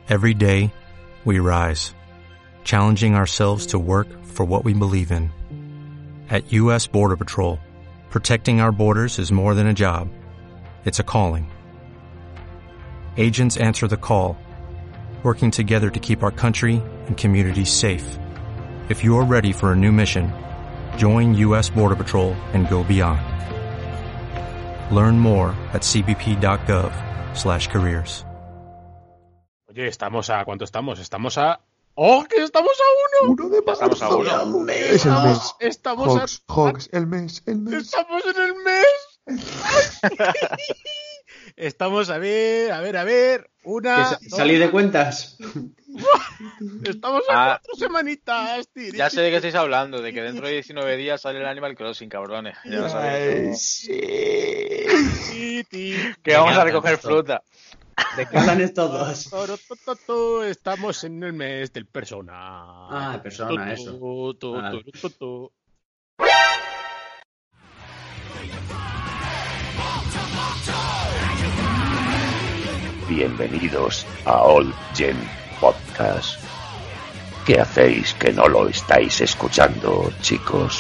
Every day, we rise, challenging ourselves to work for what we believe in. At U.S. Border Patrol, protecting our borders is more than a job. It's a calling. Agents answer the call, working together to keep our country and communities safe. If you're ready for a new mission, join U.S. Border Patrol and go beyond. Learn more at cbp.gov/careers. Oye, ¿cuánto estamos? Estamos a... ¡Oh, que estamos a 1! Uno de marzo. Estamos a 1. Es el mes. Estamos Hogs, el mes. Estamos en el mes. Estamos a ver. ¿Salí de cuentas? Estamos a 4 semanitas. Ya sé de qué estáis hablando, de que dentro de 19 días sale el Animal Crossing, cabrones. Ya lo sabéis. Sí. Que vamos a recoger fruta. ¿De qué hablan estos dos? Estamos en el mes del Persona. Ah, Persona, eso. Bienvenidos a All Gen Podcast. ¿Qué hacéis que no lo estáis escuchando, chicos?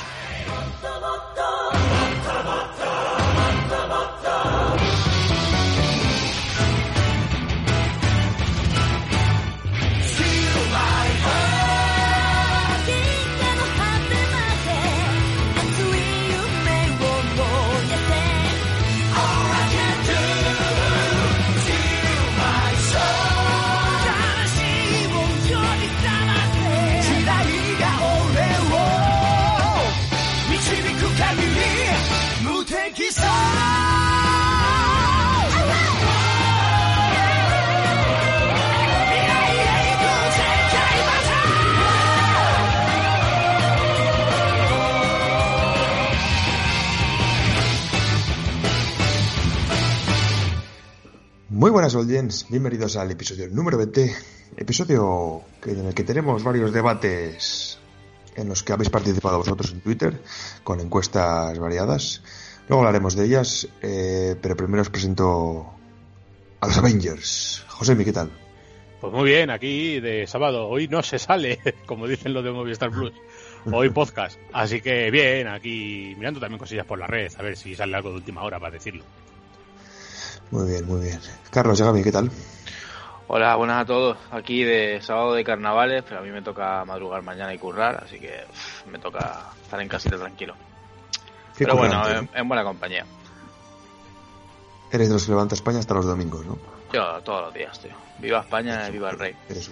Muy buenas, All Gens. Bienvenidos al episodio número 20. Episodio en el que tenemos varios debates en los que habéis participado vosotros en Twitter, con encuestas variadas. Luego hablaremos de ellas, pero primero os presento a los Avengers. Josemi, ¿qué tal? Pues muy bien, aquí de sábado. Hoy no se sale, como dicen los de Movistar Plus. Hoy podcast. Así que bien, aquí mirando también cosillas por la red, a ver si sale algo de última hora para decirlo. Muy bien. Carlos, Yagami, ¿qué tal? Hola, buenas a todos. Aquí de sábado de carnavales, pero a mí me toca madrugar mañana y currar, así que me toca estar en casita tranquilo. Pero bueno, en buena compañía. Eres de los que levanta España hasta los domingos, ¿no? Yo todos los días, tío. Viva España y viva el rey. Eres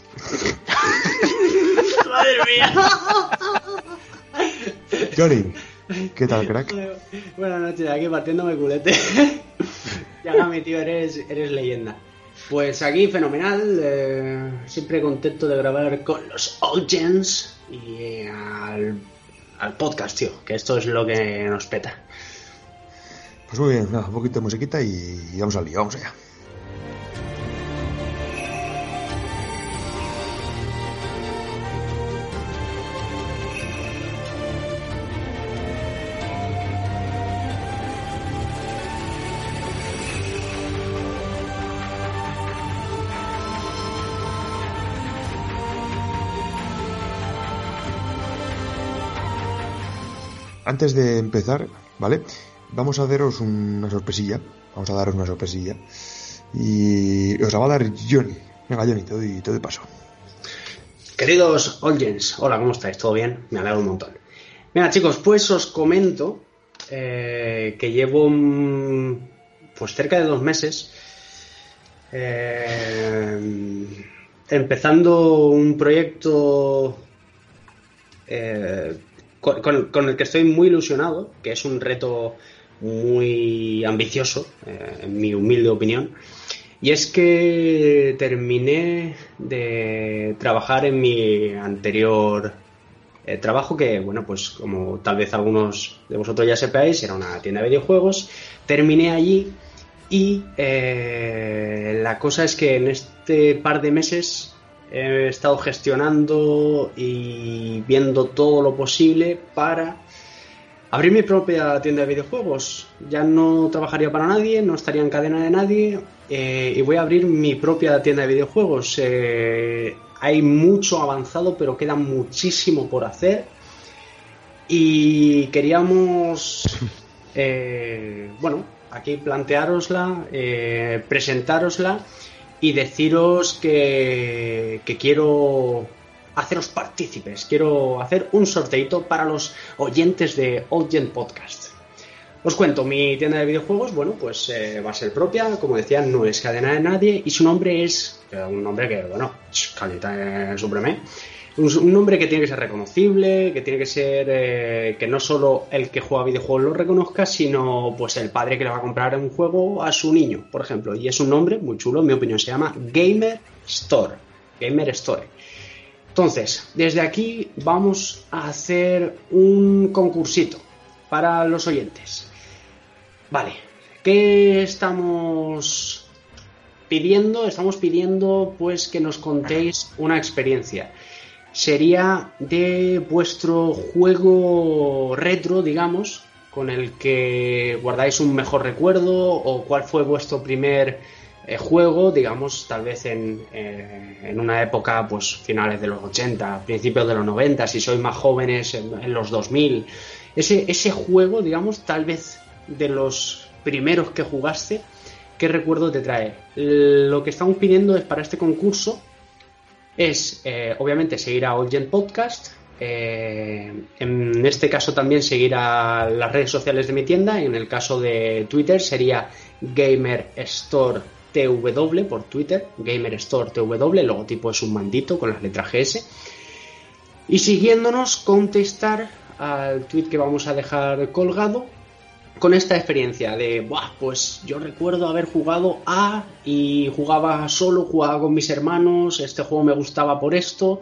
¡Madre mía! Johnny, ¿qué tal, crack? Buenas noches, aquí partiéndome culete. Yagami, tío, eres leyenda. Pues aquí fenomenal, siempre contento de grabar con los All Gens y al podcast, tío, que esto es lo que nos peta. Pues muy bien, nada, un poquito de musiquita y vamos al lío, vamos allá. Antes de empezar, ¿vale? Vamos a daros una sorpresilla. Y os la va a dar Johnny. Venga, Johnny, te doy paso. Queridos All Gens, hola, ¿cómo estáis? ¿Todo bien? Me alegro un montón. Venga, chicos, pues os comento que llevo pues cerca de 2 meses empezando un proyecto con el que estoy muy ilusionado, que es un reto muy ambicioso, en mi humilde opinión, y es que terminé de trabajar en mi anterior trabajo, que, bueno, pues como tal vez algunos de vosotros ya sepáis, era una tienda de videojuegos. Terminé allí y la cosa es que en este par de meses he estado gestionando y viendo todo lo posible para abrir mi propia tienda de videojuegos. Ya no trabajaría para nadie, no estaría en cadena de nadie, y voy a abrir mi propia tienda de videojuegos. Hay mucho avanzado, pero queda muchísimo por hacer. Y queríamos, aquí planteárosla, presentárosla y deciros que quiero haceros partícipes. Quiero hacer un sorteito para los oyentes de Old Gen Podcast. Os cuento, mi tienda de videojuegos, va a ser propia, como decía, no es cadena de nadie, y su nombre es un nombre que, calidad supreme. Un nombre que tiene que ser reconocible, que tiene que ser que no solo el que juega videojuegos lo reconozca, sino pues el padre que le va a comprar un juego a su niño, por ejemplo. Y es un nombre muy chulo, en mi opinión, se llama Gamer Store. Gamer Store. Entonces, desde aquí vamos a hacer un concursito para los oyentes. Vale, ¿qué estamos pidiendo? Estamos pidiendo pues que nos contéis una experiencia. Sería de vuestro juego retro, digamos, con el que guardáis un mejor recuerdo, o cuál fue vuestro primer juego, digamos, tal vez en una época, pues finales de los 80, principios de los 90, si sois más jóvenes, en los 2000. Ese juego, digamos, tal vez de los primeros que jugaste, ¿qué recuerdo te trae? Lo que estamos pidiendo es para este concurso es, obviamente, seguir a Old Gen Podcast, en este caso también seguir a las redes sociales de mi tienda. En el caso de Twitter sería Gamer Store TW por Twitter, Gamer Store TW, el logotipo es un mandito con las letras GS, y siguiéndonos contestar al tweet que vamos a dejar colgado con esta experiencia de, pues yo recuerdo haber jugado y jugaba solo, jugaba con mis hermanos, este juego me gustaba por esto,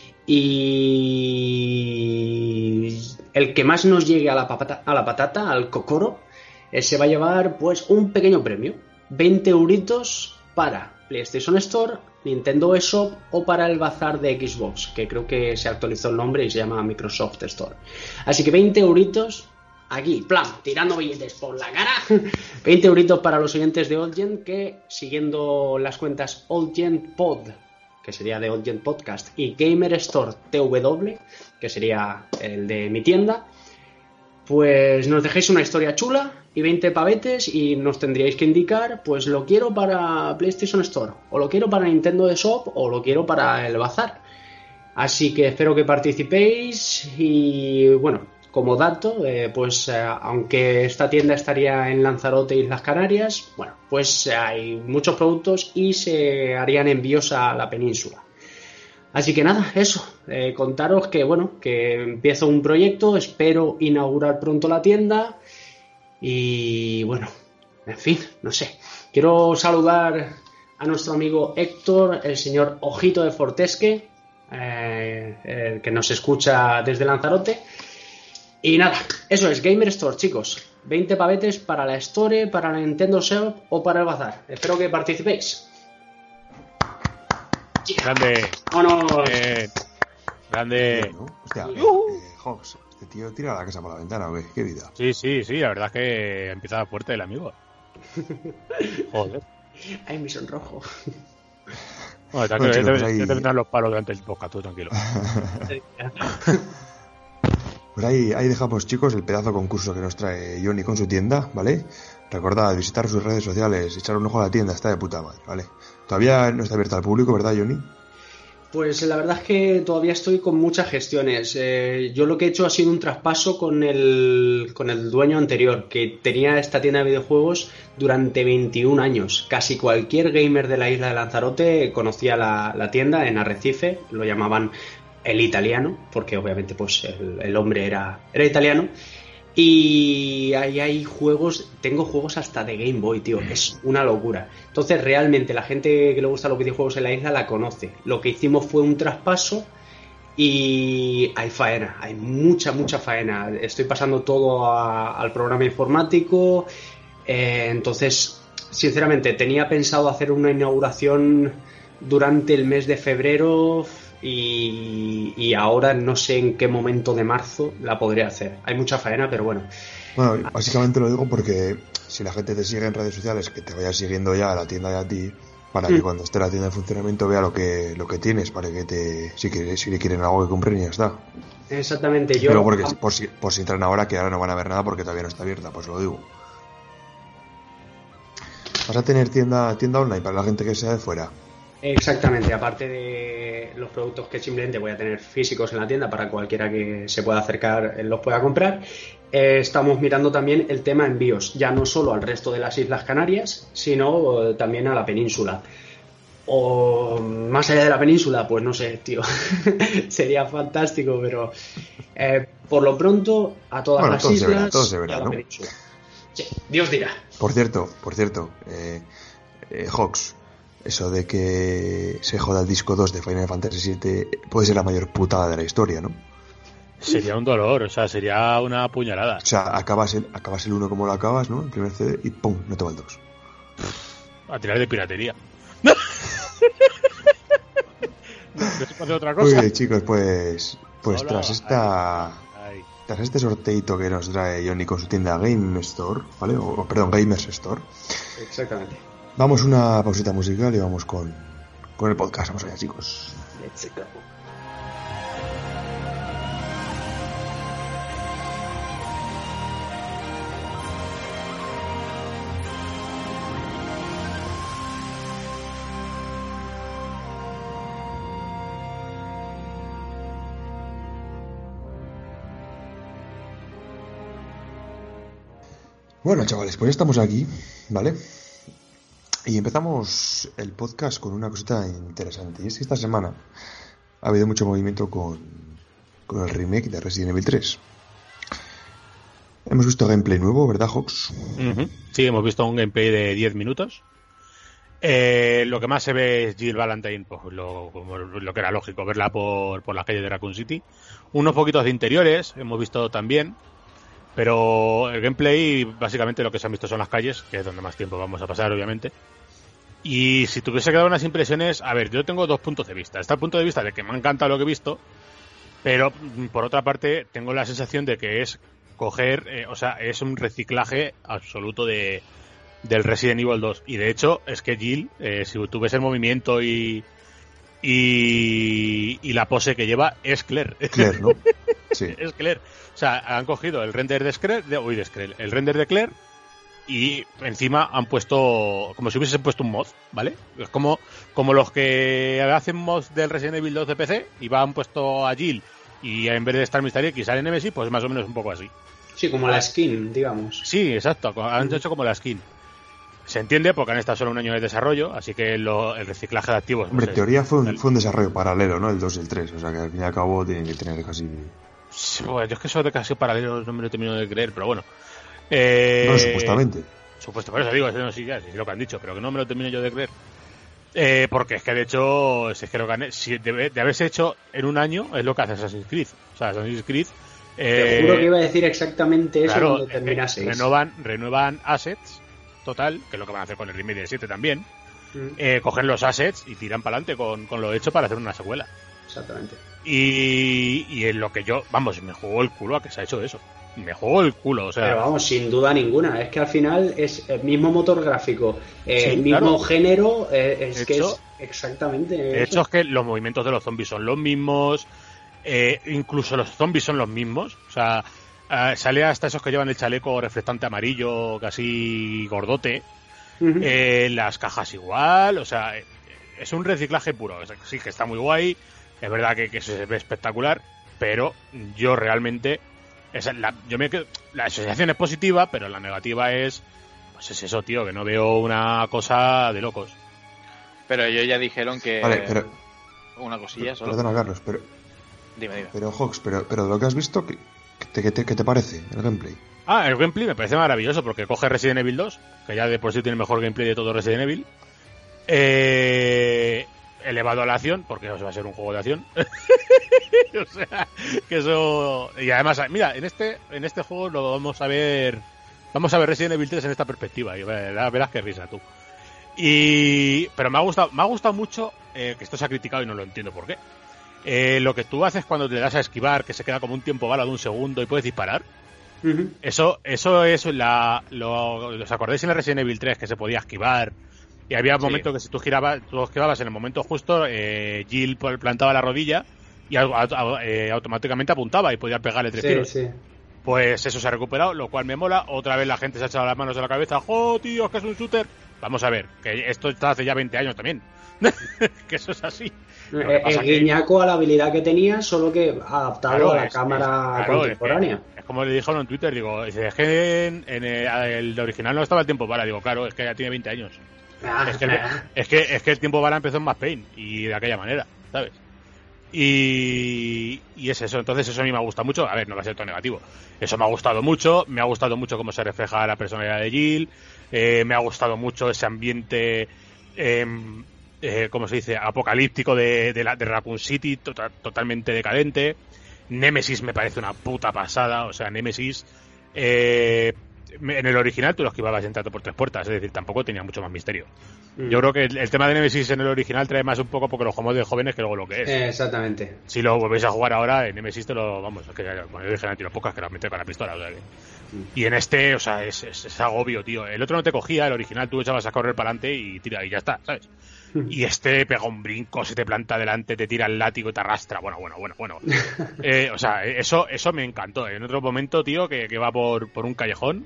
y el que más nos llegue a la patata, al cocoro, se va a llevar pues un pequeño premio, 20 euritos para PlayStation Store, Nintendo eShop o para el bazar de Xbox, que creo que se actualizó el nombre y se llama Microsoft Store. Así que 20 euritos aquí, plan, tirando billetes por la cara. 20 euritos para los oyentes de Old Gen, que siguiendo las cuentas Old Gen Pod, que sería de Old Gen Podcast, y Gamer Store TW, que sería el de mi tienda, pues nos dejéis una historia chula y 20 pavetes, y nos tendríais que indicar, pues lo quiero para PlayStation Store, o lo quiero para Nintendo eShop, o lo quiero para el bazar. Así que espero que participéis. Y bueno, como dato, aunque esta tienda estaría en Lanzarote, Islas Canarias, bueno, pues hay muchos productos y se harían envíos a la península. Así que nada, eso, contaros que que empiezo un proyecto, espero inaugurar pronto la tienda y en fin, no sé. Quiero saludar a nuestro amigo Héctor, el señor Ojito de Fortesque, que nos escucha desde Lanzarote. Y nada, eso es Gamer Store, chicos. 20 pavetes para la Store, para la Nintendo Shop o para el bazar. Espero que participéis. Grande. ¡Vámonos! Grande. ¿No? Hostia, Hobbs, este tío tira la casa por la ventana, ¿o qué? ¿Qué vida? Sí, la verdad es que empieza fuerte el amigo. Joder. Ay, me sonrojo. Bueno, tranquilo, chicos, ya te vendrán los palos durante el podcast, tú tranquilo. Pues ahí dejamos, chicos, el pedazo de concurso que nos trae Johnny con su tienda, ¿vale? Recordad, visitar sus redes sociales, echar un ojo a la tienda, está de puta madre, ¿vale? Todavía no está abierta al público, ¿verdad, Johnny? Pues la verdad es que todavía estoy con muchas gestiones. Yo lo que he hecho ha sido un traspaso con el dueño anterior, que tenía esta tienda de videojuegos durante 21 años. Casi cualquier gamer de la isla de Lanzarote conocía la tienda en Arrecife, lo llamaban el italiano, porque obviamente pues el hombre era italiano. Y ahí hay juegos, tengo juegos hasta de Game Boy, tío, es una locura. Entonces realmente la gente que le gusta los videojuegos en la isla la conoce. Lo que hicimos fue un traspaso y hay faena, hay mucha faena. Estoy pasando todo al programa informático, entonces sinceramente tenía pensado hacer una inauguración durante el mes de febrero, y ahora no sé en qué momento de marzo la podré hacer. Hay mucha faena, pero bueno. Bueno, básicamente lo digo porque si la gente te sigue en redes sociales, que te vaya siguiendo ya a la tienda y a ti, para que cuando esté la tienda en funcionamiento vea lo que tienes, para que si le quieren algo que compren y ya está. Exactamente, yo... Pero porque por si entran ahora, que ahora no van a ver nada porque todavía no está abierta, pues lo digo. ¿Vas a tener tienda online para la gente que sea de fuera? Exactamente, aparte de los productos que simplemente voy a tener físicos en la tienda para cualquiera que se pueda acercar los pueda comprar, estamos mirando también el tema envíos, ya no solo al resto de las Islas Canarias, sino también a la península. O más allá de la península, pues no sé, tío, sería fantástico, pero por lo pronto a todas las islas todo se verá, y a la ¿no? península. Sí, Dios dirá. Por cierto, Hawks, eso de que se joda el disco 2 de Final Fantasy VII puede ser la mayor putada de la historia, ¿no? Sería un dolor, o sea, sería una puñalada. O sea, acabas el 1 como lo acabas, ¿no? El primer CD y ¡pum! No te va el 2. A tirar de piratería. ¿No se puede hacer otra cosa? Muy bien, chicos, pues tras este sorteito que nos trae Johnny con su tienda Game Store, ¿vale? Perdón, Gamers Store. Exactamente. Vamos una pausita musical y vamos con el podcast. Vamos allá, chicos. Let's go. Bueno, chavales, pues ya estamos aquí, ¿vale? Y empezamos el podcast con una cosita interesante. Y es que esta semana ha habido mucho movimiento con el remake de Resident Evil 3. Hemos visto gameplay nuevo, ¿verdad, Hawks? Uh-huh. Sí, hemos visto un gameplay de 10 minutos. Lo que más se ve es Jill Valentine, pues lo que era lógico, verla por las calles de Raccoon City. Unos poquitos de interiores hemos visto también. Pero el gameplay, básicamente lo que se han visto son las calles, que es donde más tiempo vamos a pasar, obviamente. Y si tuviese que dar unas impresiones, a ver, yo tengo dos puntos de vista. Está el punto de vista de que me ha encantado lo que he visto, pero por otra parte tengo la sensación de que es coger, es un reciclaje absoluto del Resident Evil 2. Y de hecho, es que Jill, si tú ves el movimiento y la pose que lleva, es Claire. Claire, ¿no? Sí. Es Claire. O sea, han cogido el render el render de Claire y encima han puesto como si hubiesen puesto un mod, ¿vale? Es como los que hacen mods del Resident Evil 2 de PC y han puesto a Jill y en vez de estar Mystery X sale Nemesis, pues más o menos un poco así. Sí, como la skin, digamos. Sí, exacto, han hecho como la skin. Se entiende porque han estado solo un año de desarrollo, así que el reciclaje de activos... Hombre, en teoría fue un desarrollo paralelo, ¿no? El 2 y el 3, o sea que al fin y al cabo tienen que tener casi... Bueno, yo es que eso de casi paralelos no me lo termino de creer, pero bueno. No, supuestamente. Por eso digo, eso no sí es lo que han dicho, pero que no me lo termino yo de creer. Porque es que de hecho, si de haberse hecho en un año, es lo que hace Assassin's Creed. O sea, Assassin's Creed... Te juro que iba a decir exactamente eso claro, cuando terminaseis. Renuevan assets, total, que es lo que van a hacer con el remake del 7 también. Cogen los assets y tiran para adelante con lo hecho para hacer una secuela. Exactamente. Y en lo que yo, me juego el culo a que se ha hecho eso. Me juego el culo, o sea... Pero vamos, sin duda ninguna. Es que al final es el mismo motor gráfico, el mismo claro. Género, es exactamente... De hecho, es que los movimientos de los zombies son los mismos, incluso los zombies son los mismos. O sea, sale hasta esos que llevan el chaleco reflectante amarillo, casi gordote. Uh-huh. Las cajas igual, o sea, es un reciclaje puro. Sí que está muy guay. Es verdad que se ve espectacular, pero yo realmente... la asociación es positiva, pero la negativa es... Pues es eso, tío, que no veo una cosa de locos. Pero ellos ya dijeron que... Vale, pero... Una cosilla solo. Perdona, Carlos, pero... Dime. Pero, Hawks, pero de lo que has visto, ¿qué te parece el gameplay? El gameplay me parece maravilloso, porque coge Resident Evil 2, que ya de por sí tiene el mejor gameplay de todo Resident Evil. Elevado a la acción, porque eso va a ser un juego de acción. O sea, que eso... Y además, mira, en este juego lo vamos a ver Resident Evil 3 en esta perspectiva, y verás qué risa tú. Pero me ha gustado mucho, que esto se ha criticado y no lo entiendo por qué, lo que tú haces cuando le das a esquivar, que se queda como un tiempo bala de 1 segundo y puedes disparar, eso es ¿os acordáis en el Resident Evil 3 que se podía esquivar? Y había momentos que si tú esquivabas en el momento justo, Jill plantaba la rodilla y automáticamente apuntaba y podía pegarle 3 tiros. Sí. Pues eso se ha recuperado, lo cual me mola. Otra vez la gente se ha echado las manos a la cabeza. ¡Jo, tío, es que es un shooter! Vamos a ver, que esto está hace ya 20 años también. Que eso es así. El guiñaco a la habilidad que tenía, solo que adaptado a la cámara contemporánea. Es como le dijeron en Twitter, digo, es que en el original no estaba el tiempo bala. Digo, claro, es que ya tiene 20 años. Es que el tiempo bala empezó en Max Payne y de aquella manera, ¿sabes? Y es eso, entonces eso a mí me gusta mucho. A ver, no va a ser todo negativo. Eso me ha gustado mucho cómo se refleja la personalidad de Jill. Me ha gustado mucho ese ambiente, ¿cómo se dice? Apocalíptico de Raccoon City, totalmente decadente. Nemesis me parece una puta pasada, o sea, Nemesis... en el original tú lo esquivabas entrando por 3 puertas, es decir, tampoco tenía mucho más misterio. Yo creo que el tema de Nemesis en el original trae más un poco porque lo jugamos de jóvenes que luego lo que es. Exactamente. Si lo volvéis a jugar ahora, en Nemesis es que con el original tiro pocas que lo metes con la pistola, o sea, y en este, o sea, es agobio, tío. El otro no te cogía, el original tú echabas a correr para adelante y tira y ya está, ¿sabes? Y este pega un brinco, se te planta delante, te tira el látigo y te arrastra. Bueno. O sea, eso me encantó. En otro momento, tío, que va por un callejón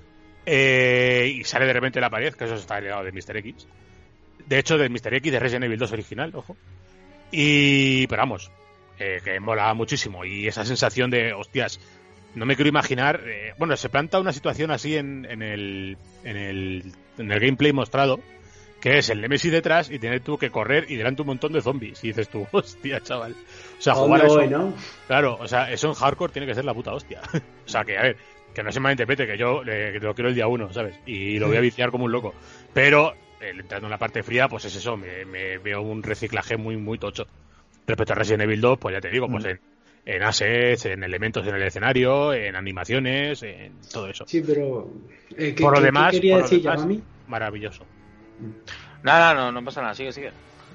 y sale de repente de la pared, que eso está heredado de Mr. X. De hecho, de Mr. X de Resident Evil 2 original, ojo. Pero vamos, que mola muchísimo. Y esa sensación de, hostias, no me quiero imaginar... bueno, se planta una situación así en el gameplay mostrado, que es el Nemesis detrás y tener tú que correr y delante un montón de zombies. Y dices tú, hostia, chaval. O sea, jugar eso... ¿no? Claro, o sea, eso en hardcore tiene que ser la puta hostia. O sea, que a ver, que no se malinterprete, que yo lo quiero el día 1, ¿sabes? Y lo voy a viciar como un loco. Pero, entrando en la parte fría, pues es eso, me veo un reciclaje muy, muy tocho. Respecto a Resident Evil 2, pues ya te digo, pues en assets, en elementos en el escenario, en animaciones, en todo eso. Sí, pero... por lo demás, ¿qué quería decir, Yamami? Maravilloso. Nada, no pasa nada, sigue.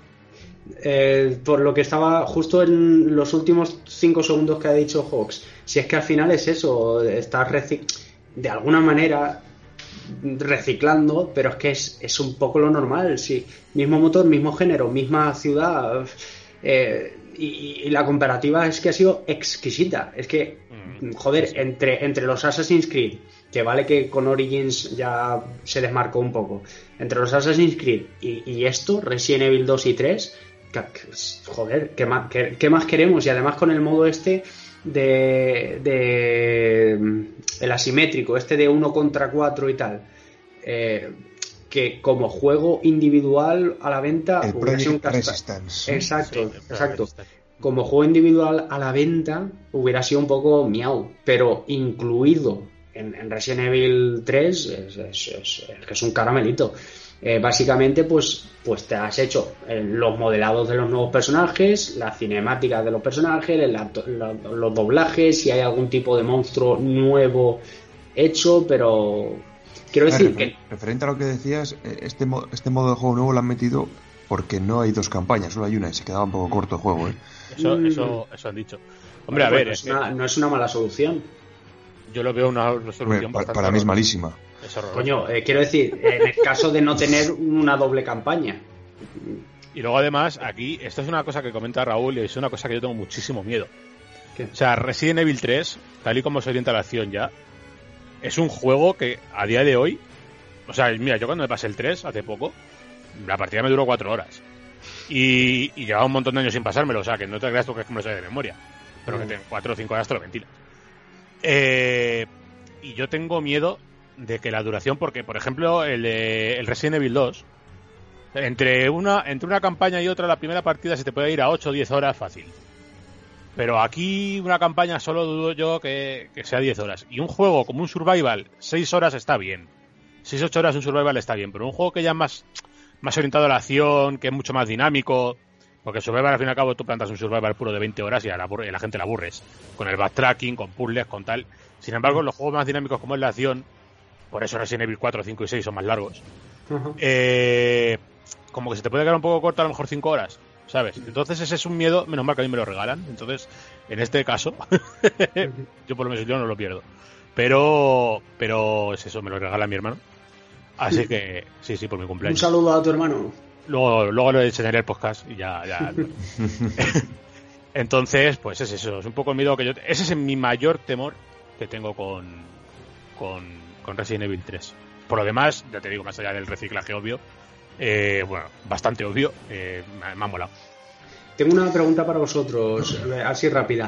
Por lo que estaba justo en los últimos 5 segundos que ha dicho Hawks, si es que al final es eso, estás de alguna manera reciclando, pero es que es un poco lo normal, sí, mismo motor, mismo género, misma ciudad, y la comparativa es que ha sido exquisita. Es que, joder, sí. entre los Assassin's Creed, que vale que con Origins ya se desmarcó un poco, entre los Assassin's Creed y esto, Resident Evil 2 y 3, joder, ¿qué más queremos? Y además con el modo este de el asimétrico, este de 1 contra 4 y tal, que como juego individual a la venta el Project Resistance. Exacto. Como juego individual a la venta hubiera sido un poco miau, pero incluido en Resident Evil 3 es un caramelito. Básicamente pues te has hecho los modelados de los nuevos personajes, las cinemáticas de los personajes, los doblajes, si hay algún tipo de monstruo nuevo hecho, pero quiero decir que... Referente a lo que decías, este modo de juego nuevo lo han metido porque no hay 2 campañas, solo hay una y se quedaba un poco corto el juego, Eso han dicho. Hombre, a ver... no es una mala solución. Yo lo veo una solución bastante... Para mí es malísima. Coño, quiero decir, en el caso de no tener una doble campaña. Y luego además, aquí, esto es una cosa que comenta Raúl y es una cosa que yo tengo muchísimo miedo. ¿Qué? O sea, Resident Evil 3, tal y como se orienta la acción ya, es un juego que a día de hoy, o sea, mira, yo cuando me pasé el 3 hace poco, la partida me duró 4 horas. Y llevaba un montón de años sin pasármelo, o sea, que no te creas tú que es como lo sé de memoria, pero que en 4 o 5 horas te lo ventilas. Y yo tengo miedo de que la duración, porque por ejemplo el Resident Evil 2, entre una campaña y otra, la primera partida se te puede ir a 8 o 10 horas fácil, pero aquí una campaña solo dudo yo que sea 10 horas, y un juego como un Survival 6 horas está bien, 6-8 horas un Survival está bien, pero un juego que ya más orientado a la acción, que es mucho más dinámico, porque el Survival al fin y al cabo tú plantas un Survival puro de 20 horas y a la gente la aburres, con el backtracking, con puzzles, con tal. Sin embargo, los juegos más dinámicos como es la acción, por eso Resident Evil 4, 5 y 6 son más largos, como que se te puede quedar un poco corto, a lo mejor 5 horas. ¿sabes? Entonces ese es un miedo, menos mal que a mí me lo regalan. Entonces, en este caso, yo por lo menos yo no lo pierdo. Pero es eso, me lo regala mi hermano. Así que, sí, por mi cumpleaños. Un saludo a tu hermano. Luego le enseñaré el podcast y ya. Entonces, pues es eso, es un poco el miedo que yo... Ese es mi mayor temor que tengo con Resident Evil 3. Por lo demás, ya te digo, más allá del reciclaje obvio, bastante obvio, me ha molado. Tengo una pregunta para vosotros, así rápida.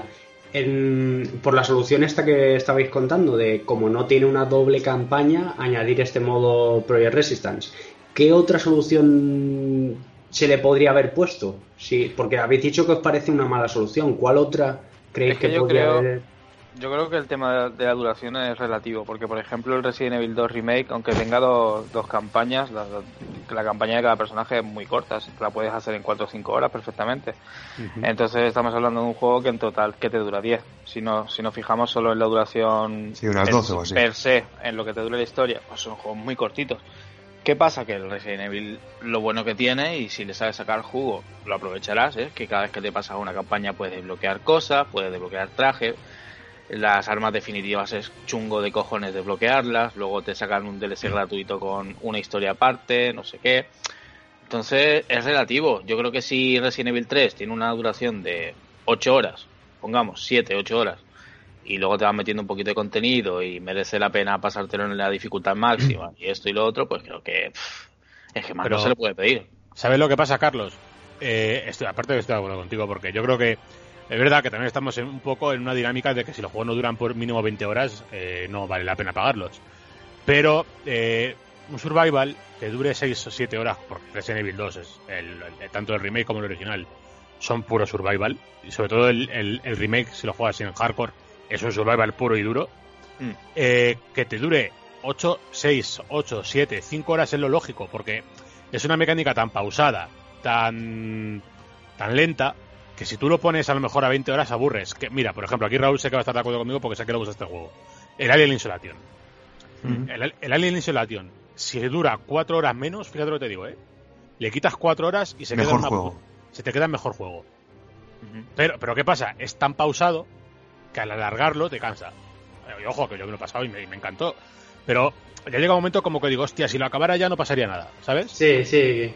Por la solución esta que estabais contando, de como no tiene una doble campaña, añadir este modo Project Resistance, ¿qué otra solución se le podría haber puesto? Sí, porque habéis dicho que os parece una mala solución. ¿Cuál otra creéis que podría haber? Yo creo que el tema de la duración es relativo, porque por ejemplo el Resident Evil 2 Remake, aunque tenga dos campañas, la campaña de cada personaje es muy corta, la puedes hacer en 4 o 5 horas perfectamente. Uh-huh. Entonces estamos hablando de un juego que en total que te dura 10. Si nos fijamos solo en la duración unas 12 o así. Per se, en lo que te dura la historia, pues son juegos muy cortitos. ¿Qué pasa? Que el Resident Evil lo bueno que tiene, y si le sabes sacar jugo, lo aprovecharás, es que cada vez que te pasas una campaña puedes desbloquear cosas, puedes desbloquear trajes. Las armas definitivas es chungo de cojones desbloquearlas, luego te sacan un DLC gratuito con una historia aparte, no sé qué. Entonces es relativo. Yo creo que si Resident Evil 3 tiene una duración de 8 horas, pongamos 7, 8 horas, y luego te vas metiendo un poquito de contenido y merece la pena pasártelo en la dificultad máxima y esto y lo otro, pues creo que es que más pero no se le puede pedir. ¿Sabes lo que pasa, Carlos? Aparte de que estoy de acuerdo contigo, porque yo creo que es verdad que también estamos un poco en una dinámica de que si los juegos no duran por mínimo 20 horas, no vale la pena pagarlos. Pero un survival que dure 6 o 7 horas, porque Resident Evil 2 es tanto el remake como el original son puro survival, y sobre todo el remake, si lo juegas en hardcore, es un survival puro y duro. Que te dure 6, 8, 7, 5 horas es lo lógico, porque es una mecánica tan pausada, tan lenta, que si tú lo pones a lo mejor a 20 horas aburres. Que, mira, por ejemplo, aquí Raúl sé que va a estar de acuerdo conmigo porque sé que le gusta este juego. El Alien Isolation. El Alien Isolation, si dura 4 horas menos, fíjate lo que te digo, le quitas 4 horas y se te queda el mejor juego. Pero ¿qué pasa? Es tan pausado que al alargarlo te cansa. Y ojo, que yo me lo he pasado y me encantó. Pero ya llega un momento como que digo, hostia, si lo acabara ya no pasaría nada, ¿sabes? Sí.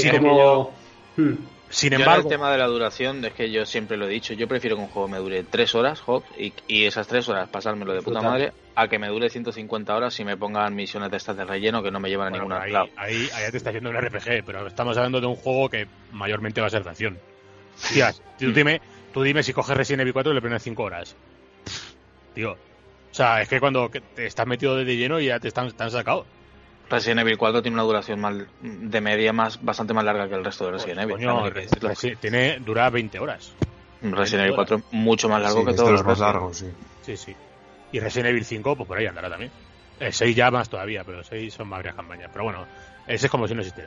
Sin embargo, el tema de la duración, es que yo siempre lo he dicho, yo prefiero que un juego me dure 3 horas, y esas 3 horas pasármelo de puta madre, a que me dure 150 horas y me pongan misiones de estas de relleno que no me llevan a ninguna lado. Ahí te está haciendo un RPG, pero estamos hablando de un juego que mayormente va a ser de acción. Tías, tú dime si coges Resident Evil 4 y le pones 5 horas. Tío, o sea, es que cuando te estás metido de lleno y ya te han sacado. Resident Evil 4 tiene una duración de media bastante más larga que el resto de Resident Evil. Coño, dura 20 horas. Resident Evil 4 es mucho más largo que todos los más largos, sí. Y Resident Evil 5, pues por ahí andará también. 6 ya más todavía, pero 6 son varias campañas. Pero bueno, ese es como si no existiera.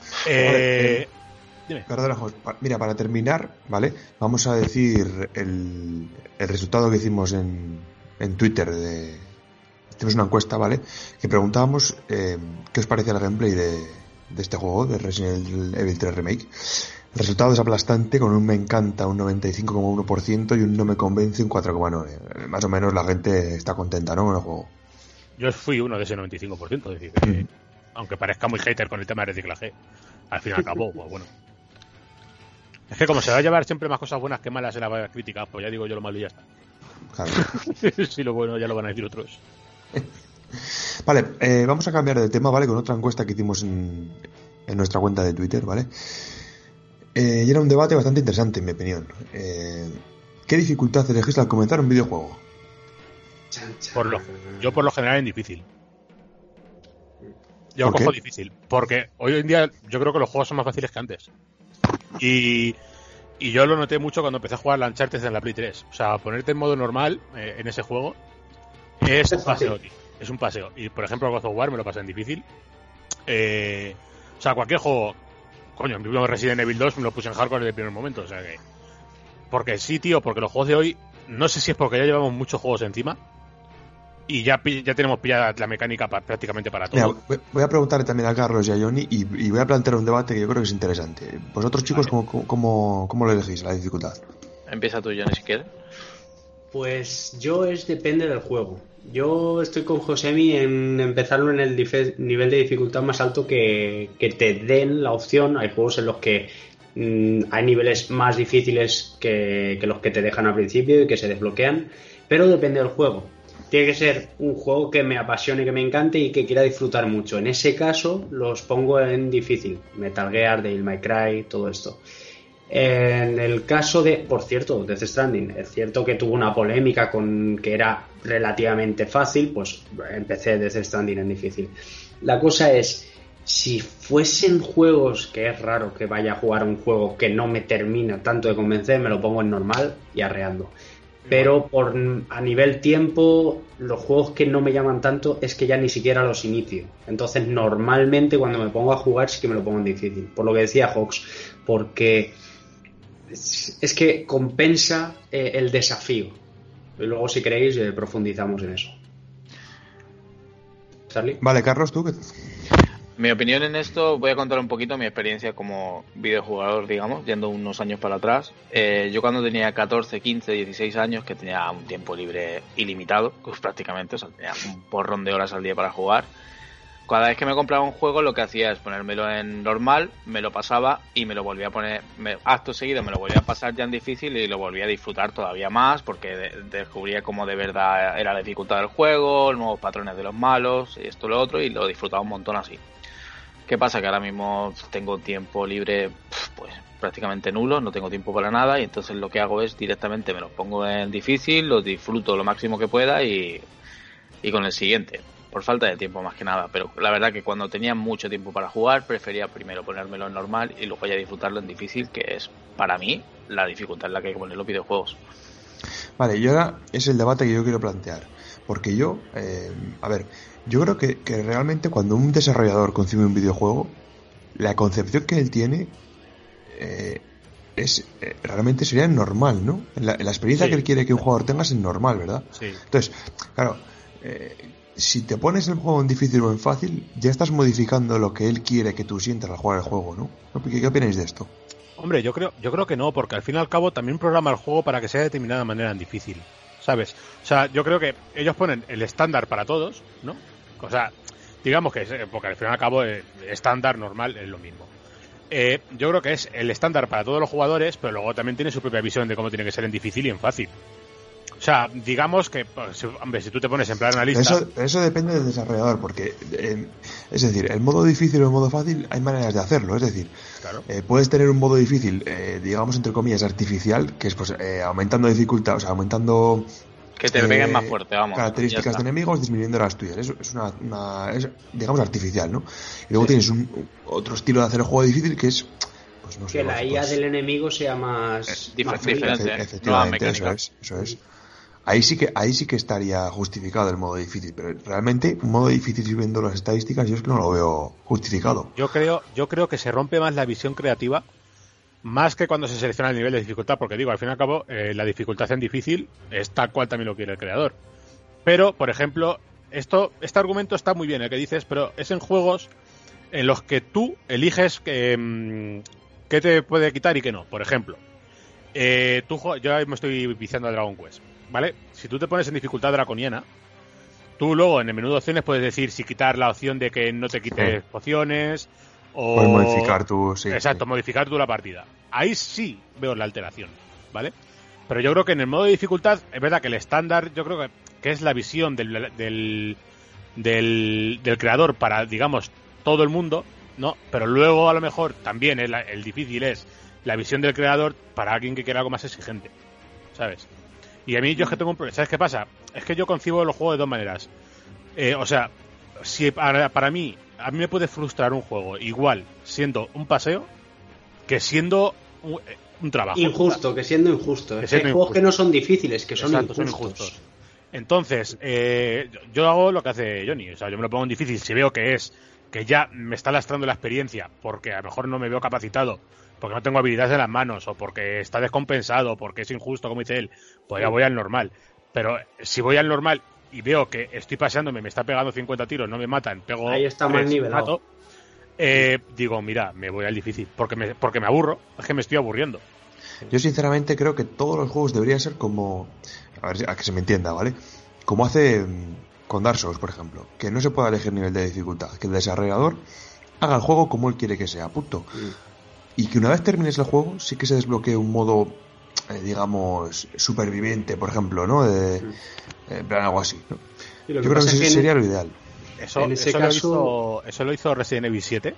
Dime. Perdona, Jos. Mira, para terminar, ¿vale? Vamos a decir el resultado que hicimos en Twitter hicimos una encuesta, ¿vale? Que preguntábamos qué os parece el gameplay de este juego, de Resident Evil 3 Remake. El resultado es aplastante, con un me encanta un 95,1% y un no me convence un 4,9%. Más o menos la gente está contenta, ¿no? Con el juego. Yo fui uno de ese 95%, es decir, que, aunque parezca muy hater con el tema de reciclaje, al fin y al cabo, pues bueno. Es que como se va a llevar siempre más cosas buenas que malas en la crítica, pues ya digo yo lo malo y ya está. Claro. Si lo bueno ya lo van a decir otros. Vale, vamos a cambiar de tema, ¿vale? Con otra encuesta que hicimos en nuestra cuenta de Twitter, ¿vale? Y era un debate bastante interesante, en mi opinión. ¿Qué dificultad elegís al comenzar un videojuego? Yo por lo general en difícil. Yo cojo difícil, porque hoy en día yo creo que los juegos son más fáciles que antes. Y yo lo noté mucho cuando empecé a jugar la Uncharted en la Play 3. O sea, ponerte en modo normal en ese juego es un paseo, tío. Es un paseo. Y por ejemplo, God of War me lo pasé en difícil. O sea, cualquier juego. Coño, en mismo Resident Evil 2 me lo puse en hardcore desde el primer momento. O sea que. Porque sí, tío, porque los juegos de hoy. No sé si es porque ya llevamos muchos juegos encima. y ya tenemos pillada la mecánica prácticamente para todo. Mira, voy a preguntarle también a Carlos y a Johnny y voy a plantear un debate que yo creo que es interesante. Vosotros, chicos, Vale. ¿cómo lo elegís, la dificultad? Empieza tú, Johnny, si quieres. Pues depende del juego. Yo estoy con Josemi en empezarlo en el nivel de dificultad más alto que te den la opción. Hay juegos en los que hay niveles más difíciles que los que te dejan al principio y que se desbloquean, pero depende del juego. Tiene que ser un juego que me apasione, que me encante y que quiera disfrutar mucho. En ese caso los pongo en difícil. Metal Gear, Devil May Cry, todo esto. En el caso de, por cierto, Death Stranding, es cierto que tuvo una polémica con que era relativamente fácil, pues empecé Death Stranding en difícil. La cosa es, si fuesen juegos, que es raro que vaya a jugar un juego que no me termina tanto de convencer, me lo pongo en normal y arreando. Pero a nivel tiempo, los juegos que no me llaman tanto es que ya ni siquiera los inicio. Entonces, normalmente cuando me pongo a jugar sí que me lo pongo en difícil. Por lo que decía Hawks, porque es que compensa el desafío. Y luego, si queréis, profundizamos en eso. ¿Charlie? Vale, Carlos, ¿tú qué? Mi opinión en esto, voy a contar un poquito mi experiencia como videojugador, digamos, yendo unos años para atrás. Yo cuando tenía 14, 15, 16 años, que tenía un tiempo libre ilimitado, pues prácticamente, o sea, tenía un porrón de horas al día para jugar. Cada vez que me compraba un juego, lo que hacía es ponérmelo en normal, me lo pasaba y me lo volvía a poner, acto seguido me lo volvía a pasar ya en difícil y lo volvía a disfrutar todavía más porque descubría cómo de verdad era la dificultad del juego, nuevos patrones de los malos, esto, lo otro, y lo disfrutaba un montón así. ¿Qué pasa? Que ahora mismo tengo tiempo libre pues prácticamente nulo, no tengo tiempo para nada y entonces lo que hago es directamente me los pongo en difícil, los disfruto lo máximo que pueda y con el siguiente. Por falta de tiempo más que nada, pero la verdad que cuando tenía mucho tiempo para jugar prefería primero ponérmelo en normal y luego ya disfrutarlo en difícil, que es para mí la dificultad en la que hay que poner los videojuegos. Vale, y ahora es el debate que yo quiero plantear, porque yo, yo creo que realmente cuando un desarrollador concibe un videojuego, la concepción que él tiene realmente sería normal, ¿no? La experiencia que él quiere que un jugador tenga es normal, ¿verdad? Sí. Entonces, claro, si te pones el juego en difícil o en fácil, ya estás modificando lo que él quiere que tú sientas al jugar el juego, ¿no? ¿Qué opináis de esto? Hombre, yo creo que no, porque al fin y al cabo también programa el juego para que sea de determinada manera en difícil, ¿sabes? O sea, yo creo que ellos ponen el estándar para todos, ¿no? O sea, digamos que porque al fin y al cabo estándar, normal, es lo mismo. Yo creo que es el estándar para todos los jugadores, pero luego también tiene su propia visión de cómo tiene que ser en difícil y en fácil. O sea, digamos que, hombre, si tú te pones en plan analista... Eso depende del desarrollador, porque, es decir, el modo difícil o el modo fácil hay maneras de hacerlo, es decir, claro. Puedes tener un modo difícil, digamos, entre comillas, artificial, que es pues aumentando dificultad, o sea, aumentando... Que te peguen más fuerte, vamos. Características de enemigos disminuyendo las tuyas. Eso es es, digamos, artificial, ¿no? Y luego tienes otro estilo de hacer el juego difícil que es... Pues no sé, que la IA del enemigo sea más diferente. Efectivamente, eso es. Ahí sí que estaría justificado el modo difícil, pero realmente un modo difícil viendo las estadísticas yo es que no lo veo justificado. Yo creo que se rompe más la visión creativa más que cuando se selecciona el nivel de dificultad, porque digo, al fin y al cabo la dificultad en difícil es tal cual también lo quiere el creador. Pero, por ejemplo, este argumento está muy bien el que dices, pero es en juegos en los que tú eliges qué te puede quitar y qué no. Por ejemplo, yo me estoy viciando a Dragon Quest, ¿vale? Si tú te pones en dificultad draconiana, tú luego en el menú de opciones puedes decir si quitar la opción de que no te quites pociones o... Puedes modificar tú, sí. Exacto, modificar tú la partida. Ahí sí veo la alteración, ¿vale? Pero yo creo que en el modo de dificultad, es verdad que el estándar, yo creo que es la visión del creador para, digamos, todo el mundo, ¿no? Pero luego a lo mejor también el difícil es la visión del creador para alguien que quiera algo más exigente, ¿sabes? Y a mí yo es que tengo un problema. ¿Sabes qué pasa? Es que yo concibo los juegos de dos maneras. O sea, si para mí, a mí me puede frustrar un juego igual siendo un paseo que siendo un trabajo. Injusto, que siendo injusto. Hay juegos que no son difíciles, que son injustos. Entonces, yo hago lo que hace Johnny. O sea, yo me lo pongo en difícil si veo que ya me está lastrando la experiencia porque a lo mejor no me veo capacitado, porque no tengo habilidades en las manos, o porque está descompensado, porque es injusto, como dice él, pues ya voy al normal. Pero si voy al normal y veo que estoy paseándome, me está pegando 50 tiros, no me matan, pego ahí está más nivelado. Digo, mira, me voy al difícil, porque me aburro, es que me estoy aburriendo. Yo sinceramente creo que todos los juegos deberían ser como, a ver, a que se me entienda, ¿vale? Como hace con Dark Souls, por ejemplo, que no se pueda elegir nivel de dificultad, que el desarrollador haga el juego como él quiere que sea, punto. Y que una vez termines el juego, sí que se desbloquee un modo, digamos, superviviente, por ejemplo, ¿no? En plan algo así, ¿no? Yo creo que eso sería lo ideal. Eso lo hizo Resident Evil 7.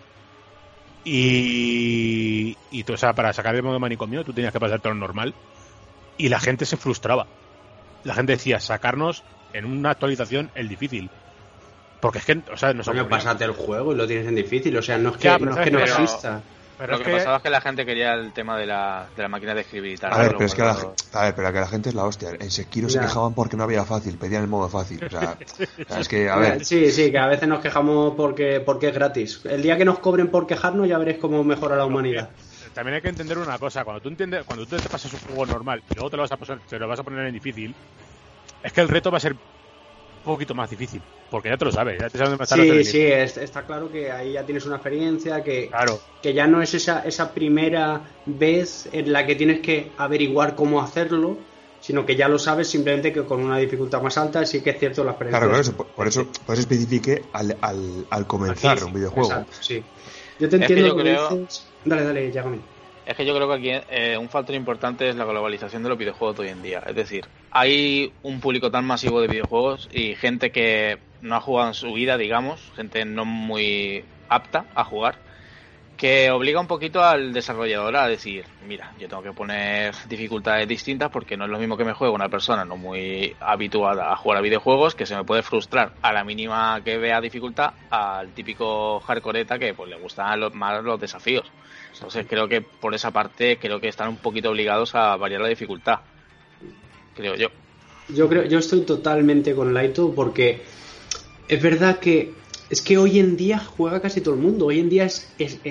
Y tú, o sea, para sacar el modo manicomio, tú tenías que pasar todo lo normal. Y la gente se frustraba. La gente decía, sacarnos en una actualización el difícil. Porque es que, o sea, nos aburría. Pásate el juego y lo tienes en difícil, o sea, no es que no exista. Pero lo que pasaba es que la gente quería el tema de la máquina de escribir y tal. A ver, pero es que la gente es la hostia. En Sekiro se quejaban porque no había fácil, pedían el modo fácil. O sea, es que, a ver. Sí, que a veces nos quejamos porque es gratis. El día que nos cobren por quejarnos ya veréis cómo mejora la humanidad. También hay que entender una cosa. Cuando tú te pasas un juego normal y luego te lo vas a poner en difícil, es que el reto va a ser un poquito más difícil, porque ya te lo sabes, ya te sabes dónde está. Sí, está claro que ahí ya tienes una experiencia que ya no es esa primera vez en la que tienes que averiguar cómo hacerlo, sino que ya lo sabes, simplemente que con una dificultad más alta. Sí que es cierto la experiencia. Claro, por eso especifique al comenzar un videojuego. Exacto, sí. Yo te entiendo lo que dices. Dale, Yagami. Es que yo creo que aquí un factor importante es la globalización de los videojuegos de hoy en día. Es decir, hay un público tan masivo de videojuegos y gente que no ha jugado en su vida, digamos, gente no muy apta a jugar, que obliga un poquito al desarrollador a decir, mira, yo tengo que poner dificultades distintas porque no es lo mismo que me juegue una persona no muy habituada a jugar a videojuegos, que se me puede frustrar a la mínima que vea dificultad, al típico hardcoreta que pues le gustan más los desafíos. Entonces creo que por esa parte están un poquito obligados a variar la dificultad, creo yo. Yo estoy totalmente con Laito, porque es verdad que es que hoy en día juega casi todo el mundo. Hoy en día es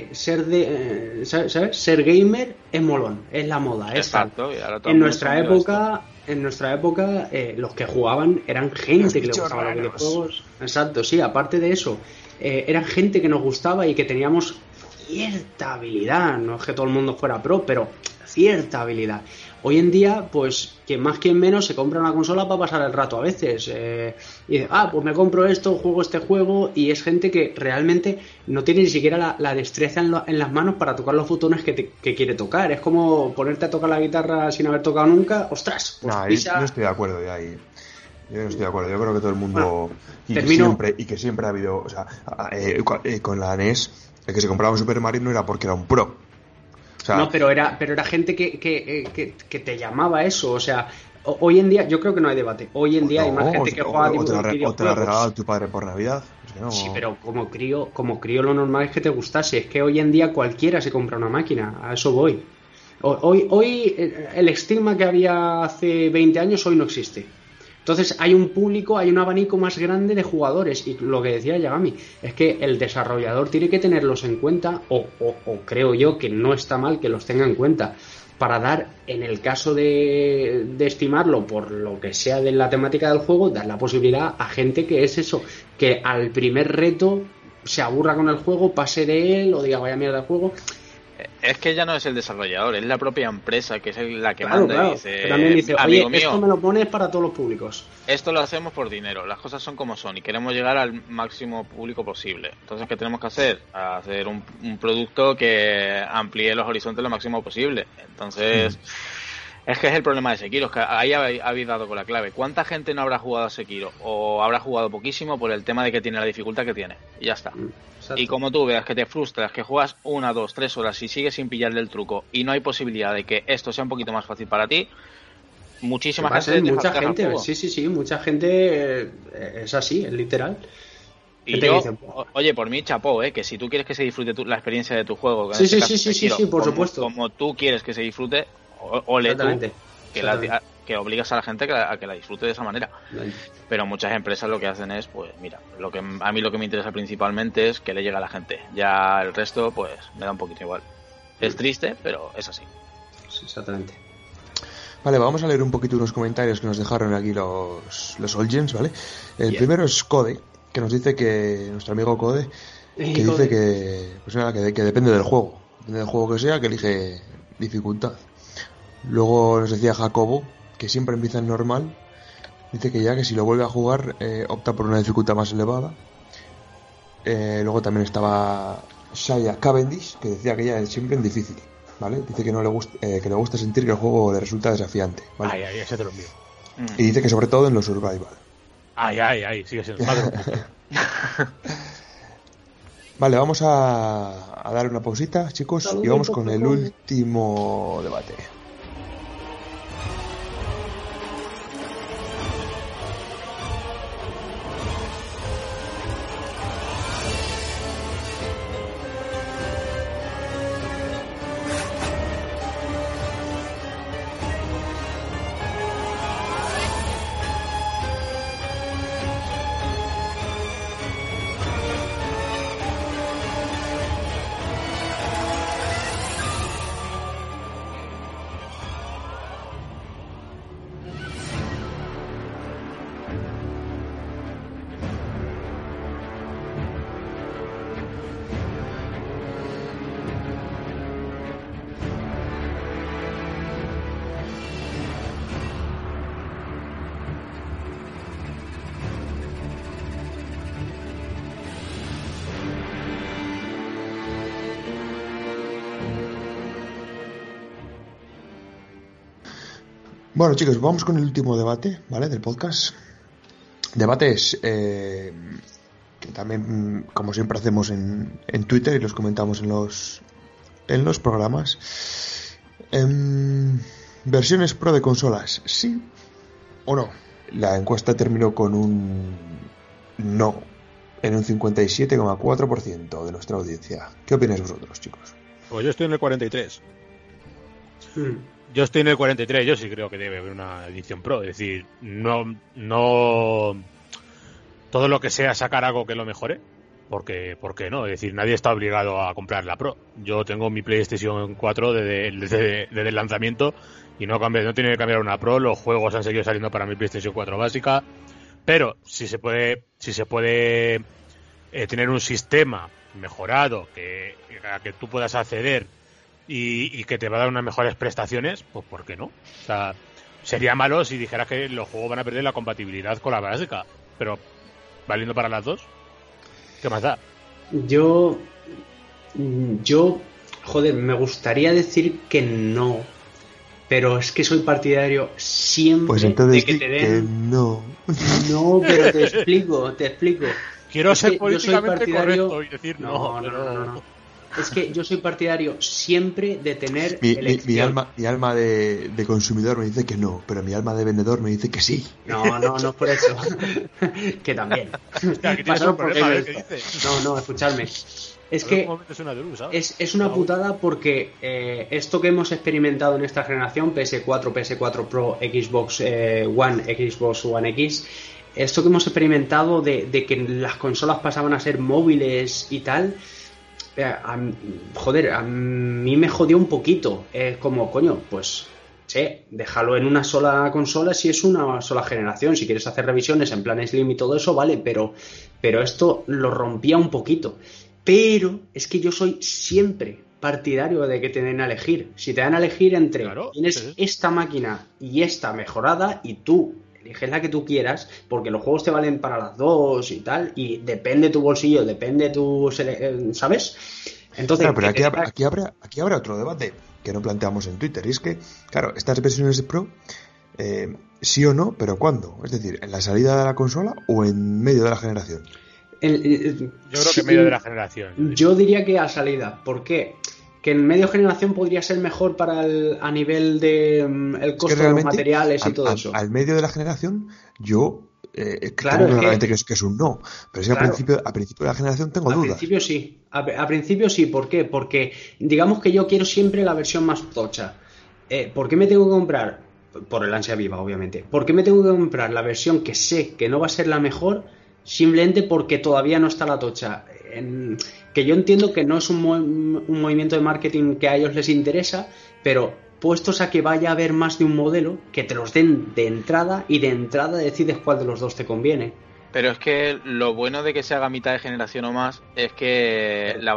¿sabes? Ser gamer es molón, es la moda. Exacto. En nuestra época los que jugaban eran gente que le gustaba los videojuegos. Exacto, sí. Aparte de eso, eran gente que nos gustaba y que teníamos cierta habilidad. No es que todo el mundo fuera pro, pero cierta habilidad. Hoy en día, pues, quien más quien menos se compra una consola para pasar el rato a veces. Y dice, pues me compro esto, juego este juego, y es gente que realmente no tiene ni siquiera la destreza en las manos para tocar los botones que quiere tocar. Es como ponerte a tocar la guitarra sin haber tocado nunca. ¡Ostras! Pues no, pisa... yo no estoy de acuerdo de ahí. Yo no estoy de acuerdo. Yo creo que todo el mundo... Y que siempre ha habido... O sea, con la NES, el que se compraba un Super Mario no era porque era un pro. O sea, no, pero era gente que te llamaba eso. O sea, hoy en día yo creo que no hay debate. Hoy en día hay más gente que juega o te la ha regalado tu padre por Navidad. Pues no. Sí, pero como crío lo normal es que te gustase. Es que hoy en día cualquiera se compra una máquina. A eso voy. Hoy el estigma que había hace 20 años hoy no existe. Entonces hay un público, hay un abanico más grande de jugadores, y lo que decía Yagami es que el desarrollador tiene que tenerlos en cuenta, o creo yo que no está mal que los tenga en cuenta, para dar, en el caso de estimarlo por lo que sea de la temática del juego, dar la posibilidad a gente que es eso, que al primer reto se aburra con el juego, pase de él o diga vaya mierda el juego. Es que ya no es el desarrollador, es la propia empresa que es la que manda. Y dice, también dice, oye, esto me lo pones para todos los públicos. Esto lo hacemos por dinero, las cosas son como son y queremos llegar al máximo público posible. Entonces, ¿qué tenemos que hacer? Hacer un producto que amplíe los horizontes lo máximo posible. Entonces, es que es el problema de Sekiro, es que ahí habéis dado con la clave. ¿Cuánta gente no habrá jugado a Sekiro? O habrá jugado poquísimo por el tema de que tiene la dificultad que tiene. Y ya está. Exacto. Y como tú veas que te frustras, que juegas 1, 2, 3 horas y sigues sin pillarle el truco y no hay posibilidad de que esto sea un poquito más fácil para ti, mucha gente. Sí, mucha gente es así, es literal. Y yo, oye, por mí, chapó, que si tú quieres que se disfrute la experiencia de tu juego, sí, por supuesto. Como tú quieres que se disfrute, ole tú, que obligas a la gente a que la disfrute de esa manera. Pero muchas empresas lo que hacen es, pues mira, a mí lo que me interesa principalmente es que le llegue a la gente. Ya el resto, pues me da un poquito igual. Es triste, pero es así. Exactamente. Vale, vamos a leer un poquito unos comentarios que nos dejaron aquí los Olgens, ¿vale? El Bien. primero es Code, que nos dice que, nuestro amigo Code, que dice Code. que, pues nada, que depende del juego. Depende del juego que sea, que elige dificultad. Luego nos decía Jacobo, que siempre empieza en normal. Dice que ya que si lo vuelve a jugar, opta por una dificultad más elevada. Luego también estaba Shaya Cavendish, que decía que ya siempre en difícil, ¿vale? Dice que no le gusta, que le gusta sentir que el juego le resulta desafiante, ¿vale? Ay, ese te lo envío. Y dice que sobre todo en los survival. Ay, sigue siendo madre. Vale, vamos a dar una pausita, chicos, y vamos con el último debate. Bueno, chicos, vamos con el último debate, ¿vale? Del podcast. Debates que también, como siempre, hacemos en Twitter y los comentamos en los programas. Versiones pro de consolas, ¿sí o no? La encuesta terminó con un no en un 57,4% de nuestra audiencia. ¿Qué opináis vosotros, chicos? Pues yo estoy en el 43. Yo estoy en el 43, yo sí creo que debe haber una edición Pro, es decir, no todo lo que sea sacar algo que lo mejore, ¿por qué no? Es decir, nadie está obligado a comprar la Pro. Yo tengo mi PlayStation 4 desde el lanzamiento y no tiene que cambiar una Pro, los juegos han seguido saliendo para mi PlayStation 4 básica, pero si se puede tener un sistema mejorado a que tú puedas acceder y que te va a dar unas mejores prestaciones, pues ¿por qué no? O sea, sería malo si dijeras que los juegos van a perder la compatibilidad con la básica, pero valiendo para las dos, ¿qué más da? Yo, joder, me gustaría decir que no, pero es que soy partidario siempre pues entonces de que te den... que no. No, pero te explico. Quiero Es ser que yo soy políticamente partidario... correcto y decir No. Es que yo soy partidario siempre de tener Mi elección. alma de consumidor me dice que no, pero mi alma de vendedor me dice que sí. No es por eso. Que también. Hostia, aquí tienes un problema, a ver qué dices. No, escuchadme. Es que es una putada porque esto que hemos experimentado en esta generación, PS4, PS4 Pro, Xbox One, Xbox One X, esto que hemos experimentado de que las consolas pasaban a ser móviles y tal, a mí me jodió un poquito. Como, coño, pues déjalo en una sola consola si es una sola generación. Si quieres hacer revisiones en plan Slim y todo eso, vale, pero esto lo rompía un poquito. Pero es que yo soy siempre partidario de que te den a elegir. Si te dan a elegir entre tienes esta máquina y esta mejorada y tú eliges la que tú quieras, porque los juegos te valen para las dos y tal, y depende tu bolsillo, depende tu... ¿sabes? Entonces, claro, pero aquí habrá otro debate que no planteamos en Twitter, y es que, claro, estas versiones de Pro, sí o no, pero ¿cuándo? Es decir, ¿en la salida de la consola o en medio de la generación? Yo creo que en medio de la generación. Yo diría que a salida. ¿Por qué? Que en medio generación podría ser mejor a nivel de el costo de los materiales y todo eso. Al medio de la generación, yo claro, claramente que es un no. Pero es que claro, a principio de la generación tengo dudas. A principio sí. ¿Por qué? Porque digamos que yo quiero siempre la versión más tocha. ¿Por qué me tengo que comprar? Por el ansia viva, obviamente. ¿Por qué me tengo que comprar la versión que sé que no va a ser la mejor? Simplemente porque todavía no está la tocha. Que yo entiendo que no es un movimiento de marketing que a ellos les interesa, pero puestos a que vaya a haber más de un modelo, que te los den de entrada y de entrada decides cuál de los dos te conviene. Pero es que lo bueno de que se haga mitad de generación o más es que la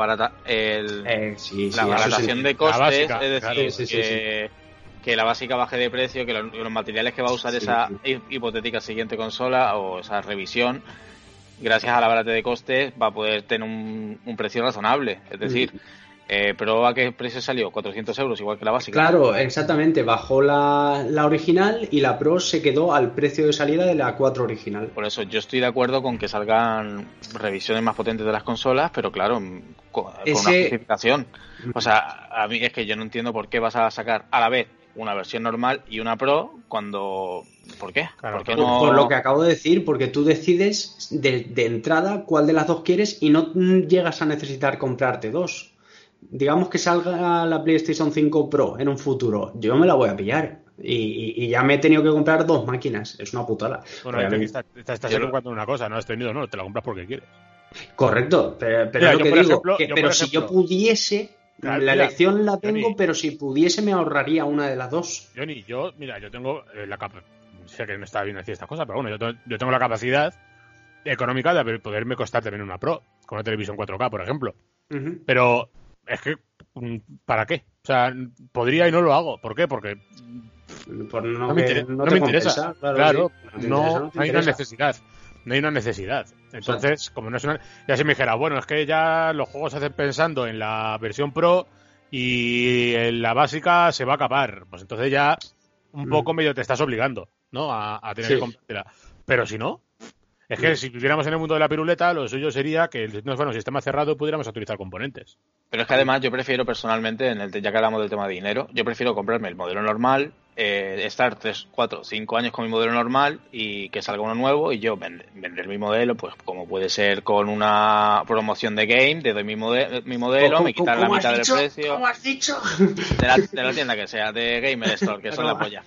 baratación de costes, básica, es decir, claro, que la básica baje de precio, que los materiales que va a usar esa hipotética siguiente consola o esa revisión, gracias a la barata de costes, va a poder tener un precio razonable. Es decir, ¿pero a qué precio salió? 400 euros, igual que la básica. Claro, exactamente. Bajó la original y la Pro se quedó al precio de salida de la 4 original. Por eso yo estoy de acuerdo con que salgan revisiones más potentes de las consolas, pero claro, con una justificación. O sea, a mí es que yo no entiendo por qué vas a sacar a la vez una versión normal y una Pro cuando... ¿Por qué? Claro, ¿por qué no? Por lo que acabo de decir, porque tú decides de entrada cuál de las dos quieres y no llegas a necesitar comprarte dos. Digamos que salga la PlayStation 5 Pro en un futuro, yo me la voy a pillar y ya me he tenido que comprar dos máquinas, es una putada. Bueno, estás preocupando una cosa, no has tenido, no, te la compras porque quieres. Correcto, pero mira, es lo que digo, ejemplo, pero si yo pudiese, claro, la elección la tengo, Johnny, pero si pudiese me ahorraría una de las dos. Johnny, yo tengo la capacidad, sé que no está bien decir estas cosas, pero bueno, yo tengo la capacidad económica de poderme costar también una Pro, con una televisión 4K, por ejemplo. Pero es que, ¿para qué? O sea, podría y no lo hago. ¿Por qué? Porque no me interesa. Claro, no hay una necesidad. No hay una necesidad. Entonces, como no es una... Ya se me dijera, bueno, es que ya los juegos se hacen pensando en la versión Pro y en la básica se va a acabar. Pues entonces ya un poco medio te estás obligando, ¿no? A tener que comprártela. Pero si no... Es que si viviéramos en el mundo de la piruleta, lo suyo sería que no fuera un sistema cerrado y pudiéramos utilizar componentes. Pero es que además yo prefiero personalmente, ya que hablamos del tema de dinero, yo prefiero comprarme el modelo normal, estar 3, 4, 5 años con mi modelo normal y que salga uno nuevo y yo vender mi modelo, pues como puede ser con una promoción de game, te doy mi modelo, me quitan la mitad del precio. ¿Cómo has dicho? De la tienda que sea, de Gamer Store, que son la polla.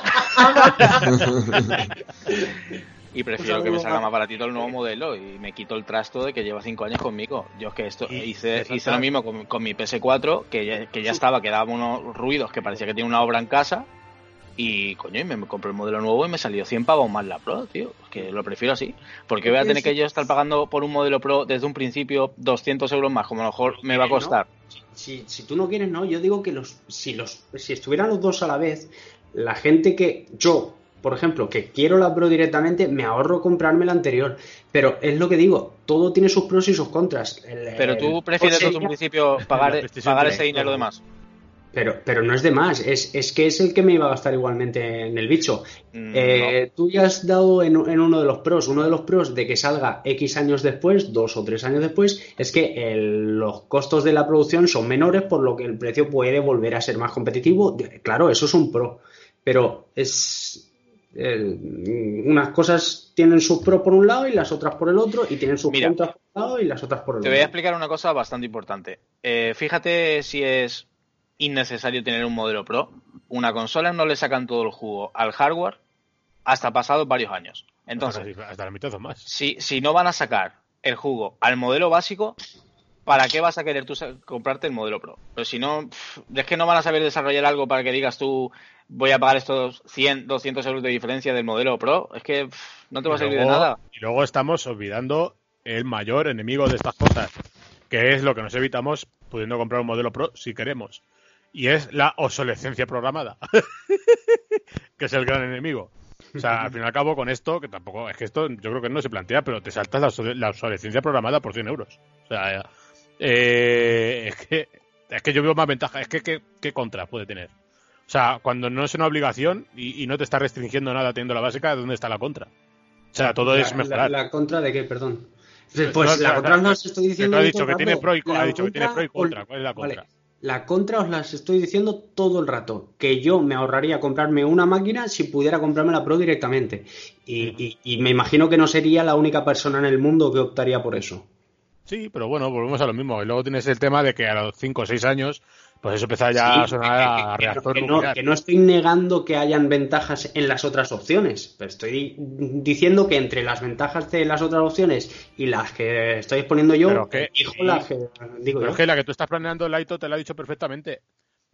Y prefiero que me salga más baratito el nuevo modelo y me quito el trasto de que lleva 5 años conmigo. Yo es que hice lo mismo con mi PS4, que ya estaba, que daba unos ruidos que parecía que tenía una obra en casa. Y coño, y me compré el modelo nuevo y me salió 100 pavos más la Pro, tío. Es que lo prefiero así. Porque voy a tener que yo estar pagando por un modelo Pro desde un principio 200 euros más, como a lo mejor me va a costar. Si tú no quieres, no. Yo digo que si estuvieran los dos a la vez, la gente que yo... Por ejemplo, que quiero la Pro directamente, me ahorro comprarme la anterior. Pero es lo que digo, todo tiene sus pros y sus contras. Pero tú prefieres desde un principio pagar ese dinero de más. Pero no es de más, es que es el que me iba a gastar igualmente en el bicho. No. Tú ya has dado en uno de los pros de que salga X años después, 2 o 3 años después, es que los costos de la producción son menores, por lo que el precio puede volver a ser más competitivo. Claro, eso es un pro, pero es... unas cosas tienen sus pros por un lado y las otras por el otro, y tienen sus contras por un lado y las otras por el otro. Te voy a explicar una cosa bastante importante. Fíjate si es innecesario tener un modelo Pro. Una consola no le sacan todo el jugo al hardware hasta pasados varios años. Entonces, hasta la mitad o más. Si no van a sacar el jugo al modelo básico, ¿para qué vas a querer tú comprarte el modelo Pro? Pero si no, es que no van a saber desarrollar algo para que digas tú, voy a pagar estos 100, 200 euros de diferencia del modelo Pro. Es que no te va a servir de nada. Y luego estamos olvidando el mayor enemigo de estas cosas, que es lo que nos evitamos pudiendo comprar un modelo Pro si queremos. Y es la obsolescencia programada, que es el gran enemigo. O sea, al fin y al cabo, con esto, que tampoco, es que esto yo creo que no se plantea, pero te saltas la obsolescencia programada por 100 euros. O sea, es que yo veo más ventaja. Es que ¿qué contras puede tener? O sea, cuando no es una obligación y no te está restringiendo nada teniendo la básica, ¿dónde está la contra? O sea, todo es mejorar. ¿La contra de qué? Perdón. Pues la contra no os estoy diciendo... Ha dicho que tiene pro y contra. ¿Cuál es la contra? Vale. La contra os las estoy diciendo todo el rato. Que yo me ahorraría comprarme una máquina si pudiera comprarme la Pro directamente. Y me imagino que no sería la única persona en el mundo que optaría por eso. Sí, pero bueno, volvemos a lo mismo. Y luego tienes el tema de que a los 5 o 6 años, pues eso empieza ya a sonar a reactor nuclear. Que no estoy negando que hayan ventajas en las otras opciones, pero estoy diciendo que entre las ventajas de las otras opciones y las que estoy exponiendo yo, es que la que tú estás planeando, Laito, te lo ha dicho perfectamente.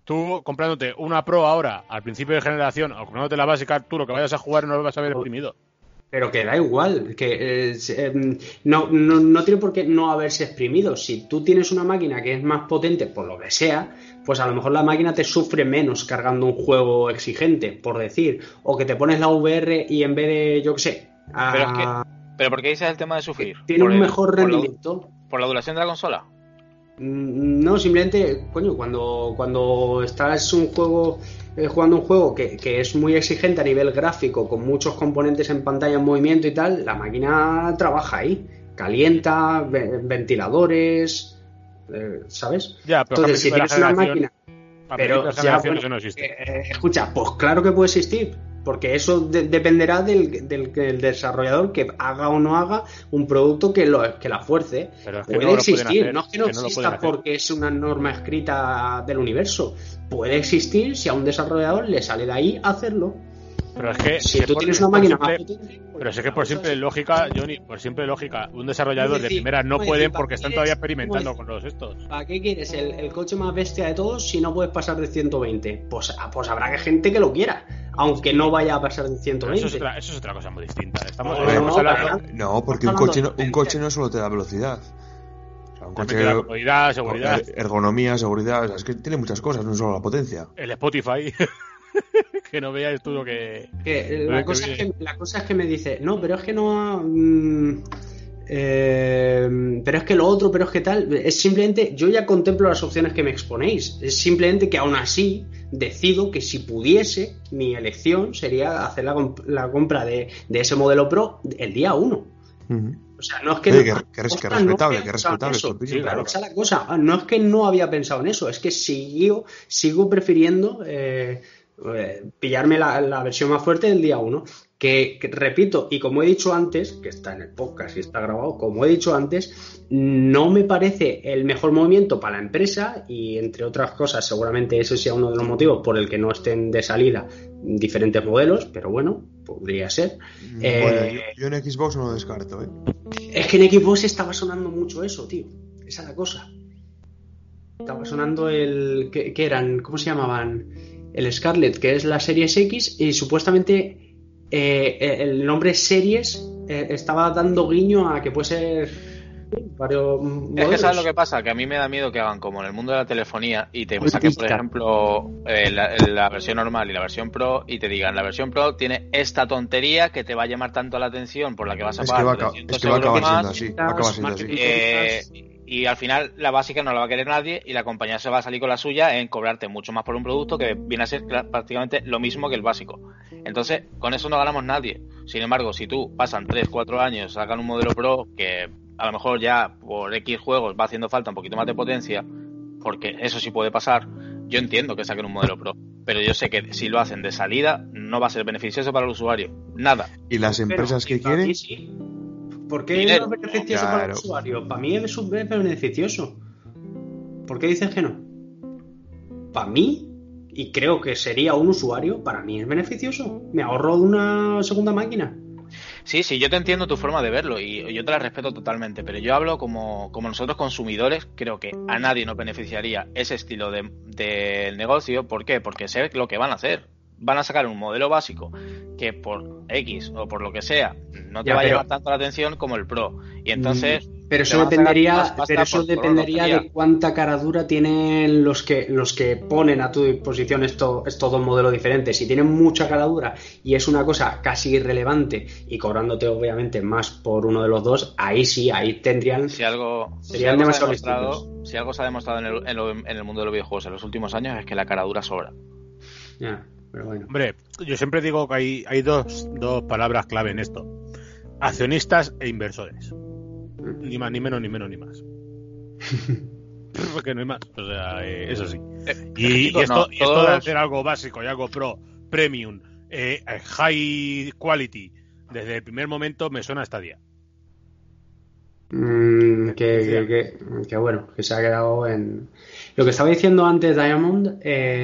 tú comprándote una Pro ahora, al principio de generación, o comprándote la básica, tú lo que vayas a jugar no lo vas a ver exprimido. Pero que da igual, que no tiene por qué no haberse exprimido. Si tú tienes una máquina que es más potente, por lo que sea, pues a lo mejor la máquina te sufre menos cargando un juego exigente, por decir. O que te pones la VR y en vez de, yo qué sé... ¿Pero por qué dices el tema de sufrir? Tiene un mejor rendimiento. ¿Por la duración de la consola? No, simplemente, coño, cuando estás jugando un juego que es muy exigente a nivel gráfico, con muchos componentes en pantalla en movimiento y tal, la máquina trabaja ahí, calienta, ventiladores, ¿sabes? Ya, pero entonces si tienes una máquina, pero ya, bueno, eso no existe. Escucha, pues claro que puede existir, porque eso dependerá del desarrollador que haga o no haga un producto que la fuerce. Pero es que puede no existir, hacer, no es que no exista porque es una norma escrita del universo. Puede existir si a un desarrollador le sale de ahí hacerlo. Pero es que si tú tienes una máquina más potente, pero es que por simple lógica, Johnny, un desarrollador de primera no pueden porque están todavía experimentando con los estos. ¿Para qué quieres el coche más bestia de todos si no puedes pasar de 120? Pues habrá gente que lo quiera, aunque no vaya a pasar de 120. Eso es otra cosa muy distinta. No, porque un coche no solo te da velocidad. O sea, un coche te da comodidad, seguridad, ergonomía, seguridad, o sea, es que tiene muchas cosas, no solo la potencia. El Spotify. Que no veáis tú lo que... La cosa es que me dice, no, pero es que no... pero es que lo otro, pero es que tal... Es simplemente, yo ya contemplo las opciones que me exponéis. Es simplemente que aún así decido que si pudiese, mi elección sería hacer la compra de ese modelo Pro el día 1. Uh-huh. O sea, no es que... Oye, que respetable, que respetable. Sí, claro, esa es la cosa. No es que no había pensado en eso, es que sigo prefiriendo... pillarme la versión más fuerte del día 1 que repito, y como he dicho antes, que está en el podcast y está grabado, como he dicho antes, no me parece el mejor movimiento para la empresa y entre otras cosas seguramente ese sea uno de los motivos por el que no estén de salida diferentes modelos, pero bueno, podría ser. Bueno, yo en Xbox no lo descarto, Es que en Xbox estaba sonando mucho eso, tío, esa es la cosa. Estaba sonando ¿qué eran? ¿Cómo se llamaban? El Scarlett, que es la Series X, y supuestamente el nombre Series estaba dando guiño a que puede ser varios modelos. Es que ¿sabes lo que pasa? Que a mí me da miedo que hagan como en el mundo de la telefonía y te saquen, por ejemplo, la versión normal y la versión Pro y te digan, la versión Pro tiene esta tontería que te va a llamar tanto la atención por la que vas a pagar 300 euros más. Y al final la básica no la va a querer nadie y la compañía se va a salir con la suya en cobrarte mucho más por un producto que viene a ser prácticamente lo mismo que el básico. Entonces, con eso no ganamos nadie. Sin embargo, si tú pasan 3-4 años, sacan un modelo Pro que a lo mejor ya por X juegos va haciendo falta un poquito más de potencia, porque eso sí puede pasar, yo entiendo que saquen un modelo Pro, pero yo sé que si lo hacen de salida no va a ser beneficioso para el usuario. Nada. ¿Y las empresas que quieren? Sí. ¿Por qué no es beneficioso para el usuario? Para mí es beneficioso. ¿Por qué dices que no? Para mí, y creo que sería un usuario, para mí es beneficioso. Me ahorro una segunda máquina. Sí, yo te entiendo tu forma de verlo y yo te la respeto totalmente, pero yo hablo como nosotros consumidores, creo que a nadie nos beneficiaría ese estilo de negocio. ¿Por qué? Porque sé lo que van a hacer. Van a sacar un modelo básico que por X o por lo que sea no te va a llamar tanto la atención como el Pro. Y entonces... Pero eso dependería de cuánta caradura tienen los que ponen a tu disposición estos dos modelos diferentes. Si tienen mucha caradura y es una cosa casi irrelevante y cobrándote obviamente más por uno de los dos, ahí sí, ahí tendrían... Si algo se ha demostrado en el mundo de los videojuegos en los últimos años es que la caradura sobra. Ya. Pero bueno. Hombre, yo siempre digo que hay dos palabras clave en esto: accionistas e inversores. Ni más, ni menos, ni menos, ni más. Porque no hay más. O sea, eso sí. Y esto de hacer algo básico y algo pro, premium, high quality, desde el primer momento me suena a Stadia. Que bueno, que se ha quedado en... Lo que estaba diciendo antes Diamond,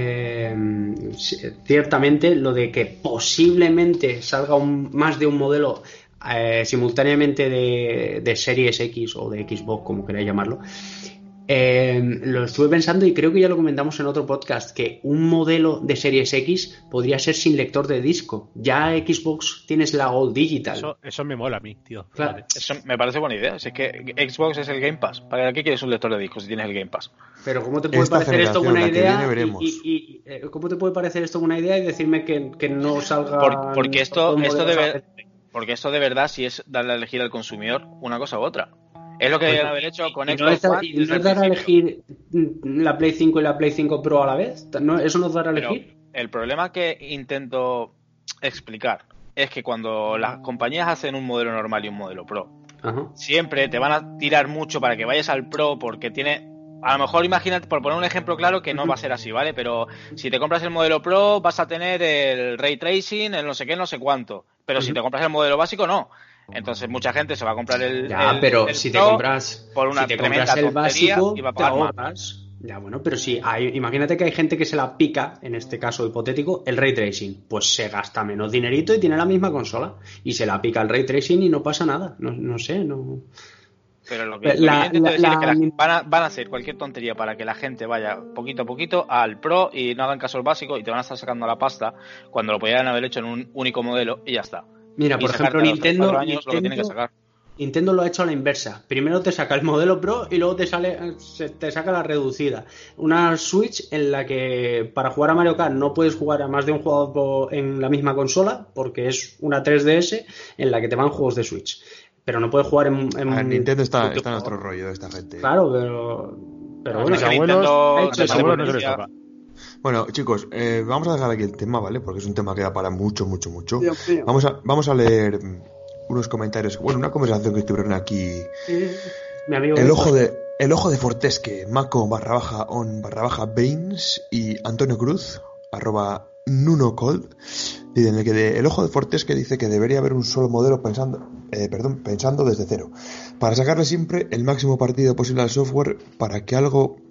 ciertamente lo de que posiblemente salga más de un modelo simultáneamente de Series X o de Xbox, como queráis llamarlo, Lo estuve pensando y creo que ya lo comentamos en otro podcast, que un modelo de Series X podría ser sin lector de disco. Ya Xbox tienes la All Digital. Eso me mola a mí, tío. Claro. Vale. Eso me parece buena idea. Si es que Xbox es el Game Pass. ¿Para qué quieres un lector de discos si tienes el Game Pass? Pero ¿cómo te puede Esta parecer esto generación, buena la que idea? viene, veremos. ¿Cómo te puede parecer esto buena idea y decirme que no salga? Porque esto de verdad sí es darle a elegir al consumidor una cosa u otra. Es lo que deben haber hecho con Xbox One. ¿Y no es dar a elegir la Play 5 y la Play 5 Pro a la vez? ¿No? ¿Eso no es dar a elegir? El problema que intento explicar es que cuando las compañías hacen un modelo normal y un modelo Pro, siempre te van a tirar mucho para que vayas al Pro porque tiene... A lo mejor imagínate, por poner un ejemplo claro, que no va a ser así, ¿vale? Pero si te compras el modelo Pro vas a tener el Ray Tracing, el no sé qué, no sé cuánto. Pero si te compras el modelo básico, no. Entonces mucha gente se va a comprar pero si te compras por una tremenda el básico, y va a pagar te ahorras. Ya, bueno, pero si imagínate que hay gente que se la pica, en este caso hipotético, el Ray Tracing. Pues se gasta menos dinerito y tiene la misma consola. Y se la pica el Ray Tracing y no pasa nada. No sé, no... Pero lo que yo intento decir es que van a hacer cualquier tontería para que la gente vaya poquito a poquito al Pro y no hagan caso al básico y te van a estar sacando la pasta cuando lo podrían haber hecho en un único modelo y ya está. Mira, por ejemplo, Nintendo lo ha hecho a la inversa. Primero te saca el modelo Pro y luego te saca la reducida. Una Switch en la que para jugar a Mario Kart no puedes jugar a más de un jugador en la misma consola porque es una 3DS en la que te van juegos de Switch. Pero no puedes jugar en Nintendo está en otro rollo de esta gente. Claro, pero bueno, mis abuelos no se les toca. Bueno, chicos, vamos a dejar aquí el tema, ¿vale? Porque es un tema que da para mucho. Vamos a leer unos comentarios. Bueno, una conversación que estuvieron aquí. Mi amigo el ojo de Fortesque, Mako /on/Baines y Antonio Cruz @NunoCold. En el que el ojo de Fortesque dice que debería haber un solo modelo pensando desde cero, para sacarle siempre el máximo partido posible al software para que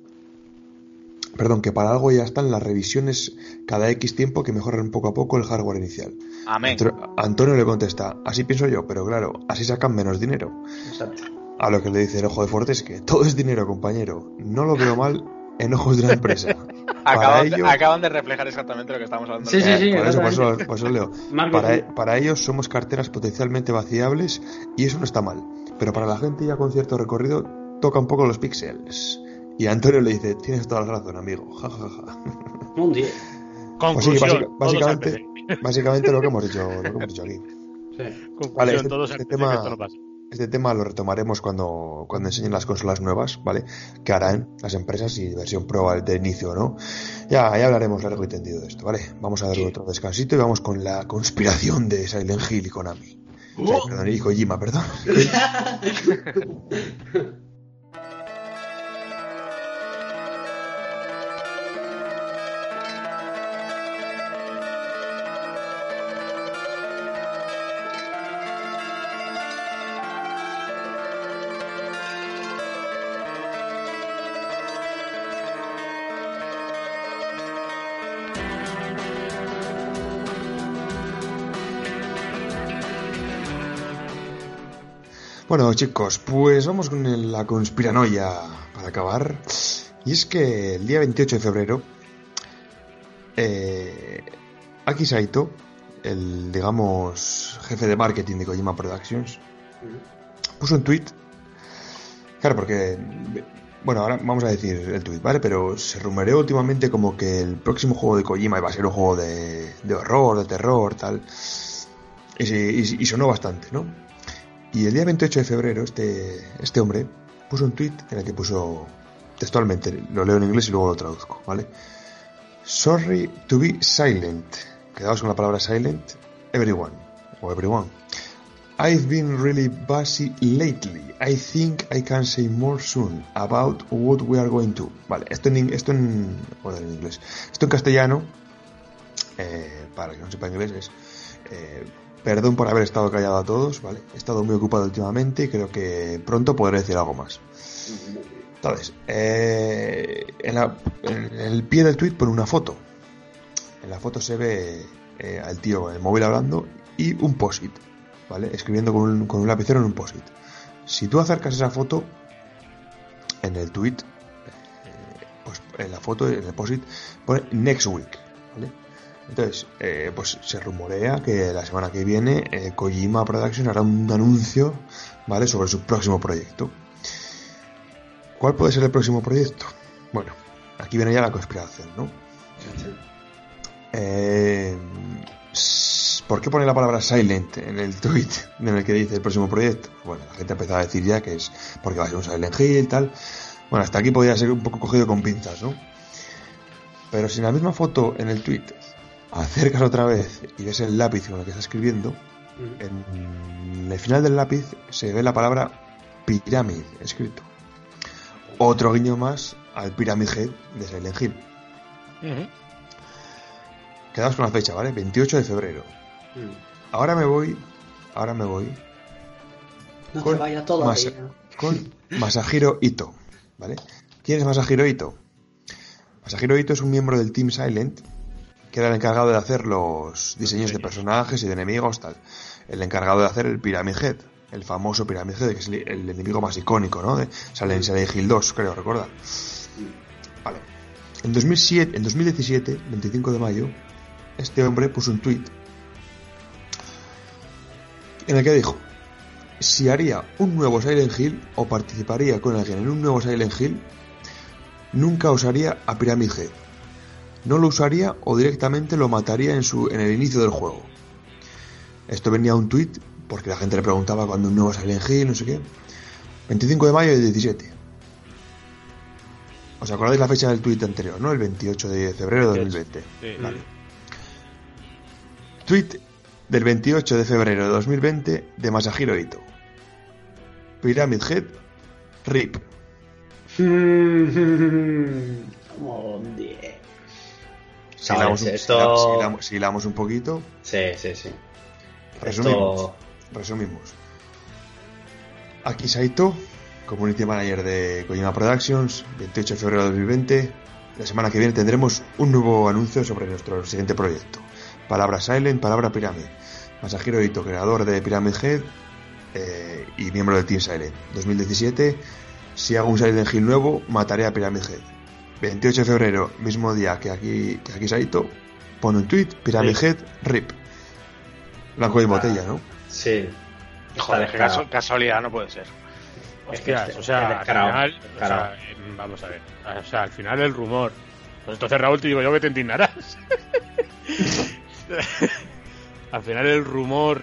para algo ya están las revisiones cada X tiempo que mejoran poco a poco el hardware inicial. Amén. Antonio le contesta, así pienso yo, pero claro, así sacan menos dinero. Exacto. A lo que le dice el ojo de Fortesque, todo es dinero, compañero, no lo veo mal en ojos de una empresa. Acaban de reflejar exactamente lo que estamos hablando. Sí. Por eso leo. Para ellos somos carteras potencialmente vaciables y eso no está mal. Pero para la gente ya con cierto recorrido toca un poco los píxeles. Y Antonio le dice, tienes toda la razón, amigo. Ja, ja, ja. Un día. Conclusión, básicamente lo que hemos dicho aquí. Sí. Vale, este tema lo retomaremos cuando enseñen las consolas nuevas, ¿vale? Que harán las empresas y versión Pro de inicio, ¿no? Ya hablaremos largo y tendido de esto, ¿vale? Vamos a dar otro descansito y vamos con la conspiración de Silent Hill y Konami. Perdón, y Kojima, perdón. Bueno, chicos, pues vamos con la conspiranoia para acabar. Y es que el día 28 de febrero, Aki Saito, el, digamos, jefe de marketing de Kojima Productions, puso un tweet. Claro, porque, bueno, ahora vamos a decir el tweet, ¿vale? Pero se rumoreó últimamente como que el próximo juego de Kojima iba a ser un juego de horror, de terror, tal. Y sonó bastante, ¿no? Y el día 28 de febrero este hombre puso un tweet en el que puso textualmente, lo leo en inglés y luego lo traduzco, ¿vale? Sorry to be silent. Quedaos con la palabra silent. Everyone. I've been really busy lately. I think I can say more soon about what we are going to. Vale, esto en inglés. Esto en castellano, para que no sepa inglés, es... perdón por haber estado callado a todos, ¿vale? He estado muy ocupado últimamente y creo que pronto podré decir algo más. Entonces, en el pie del tweet pone una foto. En la foto se ve al tío con el móvil hablando y un post-it, ¿vale? Escribiendo con un lapicero en un post-it. Si tú acercas esa foto en el tweet, pues en la foto, en el post-it, pone Next Week, ¿vale? Entonces, pues se rumorea que la semana que viene Kojima Productions hará un anuncio, ¿vale?, sobre su próximo proyecto. ¿Cuál puede ser el próximo proyecto? Bueno, aquí viene ya la conspiración, ¿no? ¿Por qué pone la palabra Silent en el tweet en el que dice el próximo proyecto? Bueno, la gente empezaba a decir ya que es porque va a ser un Silent Hill y tal. Bueno, hasta aquí podría ser un poco cogido con pinzas, ¿no? Pero si en la misma foto en el tweet acercas otra vez y ves el lápiz con el que está escribiendo, en el final del lápiz se ve la palabra Pyramid escrito. Otro guiño más al Pyramid Head de Silent Hill. Quedamos con la fecha, ¿vale? 28 de febrero. Ahora me voy. No se vaya todavía. Con Masahiro Ito, ¿vale? ¿Quién es Masahiro Ito? Masahiro Ito es un miembro del Team Silent, que era el encargado de hacer los diseños de personajes y de enemigos, tal. El encargado de hacer el Pyramid Head, el famoso Pyramid Head, que es el enemigo más icónico, ¿no? Sale en Silent Hill 2, creo recordar. Vale. En 2017, 25 de mayo, este hombre puso un tweet en el que dijo: si haría un nuevo Silent Hill o participaría con alguien en un nuevo Silent Hill, nunca usaría a Pyramid Head. No lo usaría o directamente lo mataría en el inicio del juego. Esto venía a un tweet porque la gente le preguntaba cuándo un nuevo Silent Hill, no sé qué. 25 de mayo del 17. ¿Os acordáis la fecha del tweet anterior, no? El 28 de febrero de 2020. Sí. Vale. Tweet del 28 de febrero de 2020 de Masahiro Ito. Pyramid Head, RIP. Si hilamos un poquito. Sí. Resumimos. Aki Saito, Community Manager de Kojima Productions, 28 de febrero de 2020. La semana que viene tendremos un nuevo anuncio sobre nuestro siguiente proyecto. Palabra Silent, palabra Pyramid. Masahiro Ito, creador de Pyramid Head y miembro del Team Silent. 2017, si hago un Silent Hill nuevo, mataré a Pyramid Head. 28 de febrero, mismo día que aquí Saito, pone un tweet, Pyramid Head, RIP. Blanco y botella, ¿no? Sí. Joder, casualidad no puede ser. Hostias, o sea, al final, vamos a ver, o sea, al final el rumor, pues entonces Raúl te digo yo que te indignarás. Al final el rumor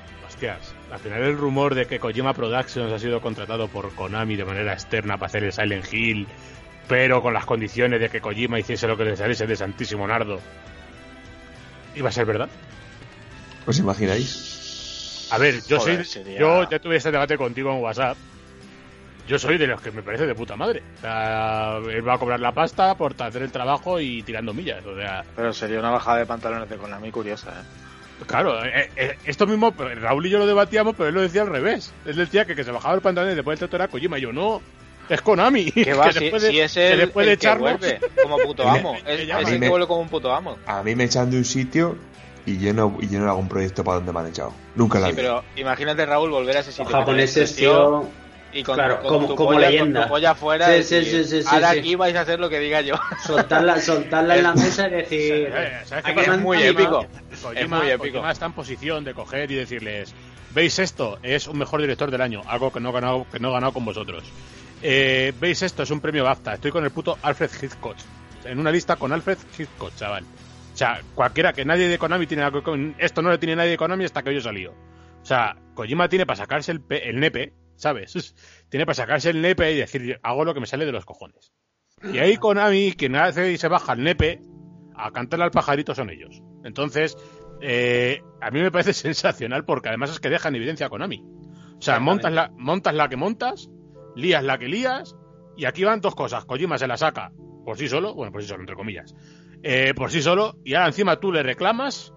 de que Kojima Productions ha sido contratado por Konami de manera externa para hacer el Silent Hill, pero con las condiciones de que Kojima hiciese lo que le saliese de Santísimo Nardo, ¿iba a ser verdad? ¿Os imagináis? A ver, yo sería... yo ya tuve este debate contigo en WhatsApp. Yo soy de los que me parece de puta madre. O sea, él va a cobrar la pasta por hacer el trabajo y tirando millas. O sea, pero sería una bajada de pantalones de Konami curiosa, Claro, esto mismo, Raúl y yo lo debatíamos, pero él lo decía al revés. Él decía que se bajaba el pantalón y después el trato era Kojima. Y yo, no, es Konami. Que va, si es el que vuelve como puto amo. Es el que vuelve como un puto amo. A mí me echan de un sitio y yo no hago un proyecto para donde me han echado. Nunca la vi. Pero imagínate, Raúl, volver a ese sitio. Los japoneses, tío... Y con, claro, con como polla, leyenda. Con tu polla afuera. Sí, ahora aquí vais a hacer lo que diga yo. Soltarla en la mesa y decir... ¿Sabes qué pasa? Es muy épico. Kojima está en posición de coger y decirles: ¿veis esto? Es un mejor director del año, algo que no he ganado con vosotros. ¿Veis esto? Es un premio BAFTA. Estoy con el puto Alfred Hitchcock. En una lista con Alfred Hitchcock, chaval. O sea, cualquiera, que nadie de Konami tiene algo con... Esto no le tiene nadie de Konami hasta que hoy he salido. O sea, Kojima tiene para sacarse el nepe, ¿sabes? Tiene para sacarse el nepe y decir, hago lo que me sale de los cojones. Y ahí Konami, quien hace y se baja el nepe a cantarle al pajarito son ellos. Entonces, a mí me parece sensacional porque además es que deja en evidencia a Konami. O sea, montas la que montas, lías la que lías, y aquí van dos cosas. Kojima se la saca por sí solo, bueno, por sí solo, entre comillas, por sí solo, y ahora encima tú le reclamas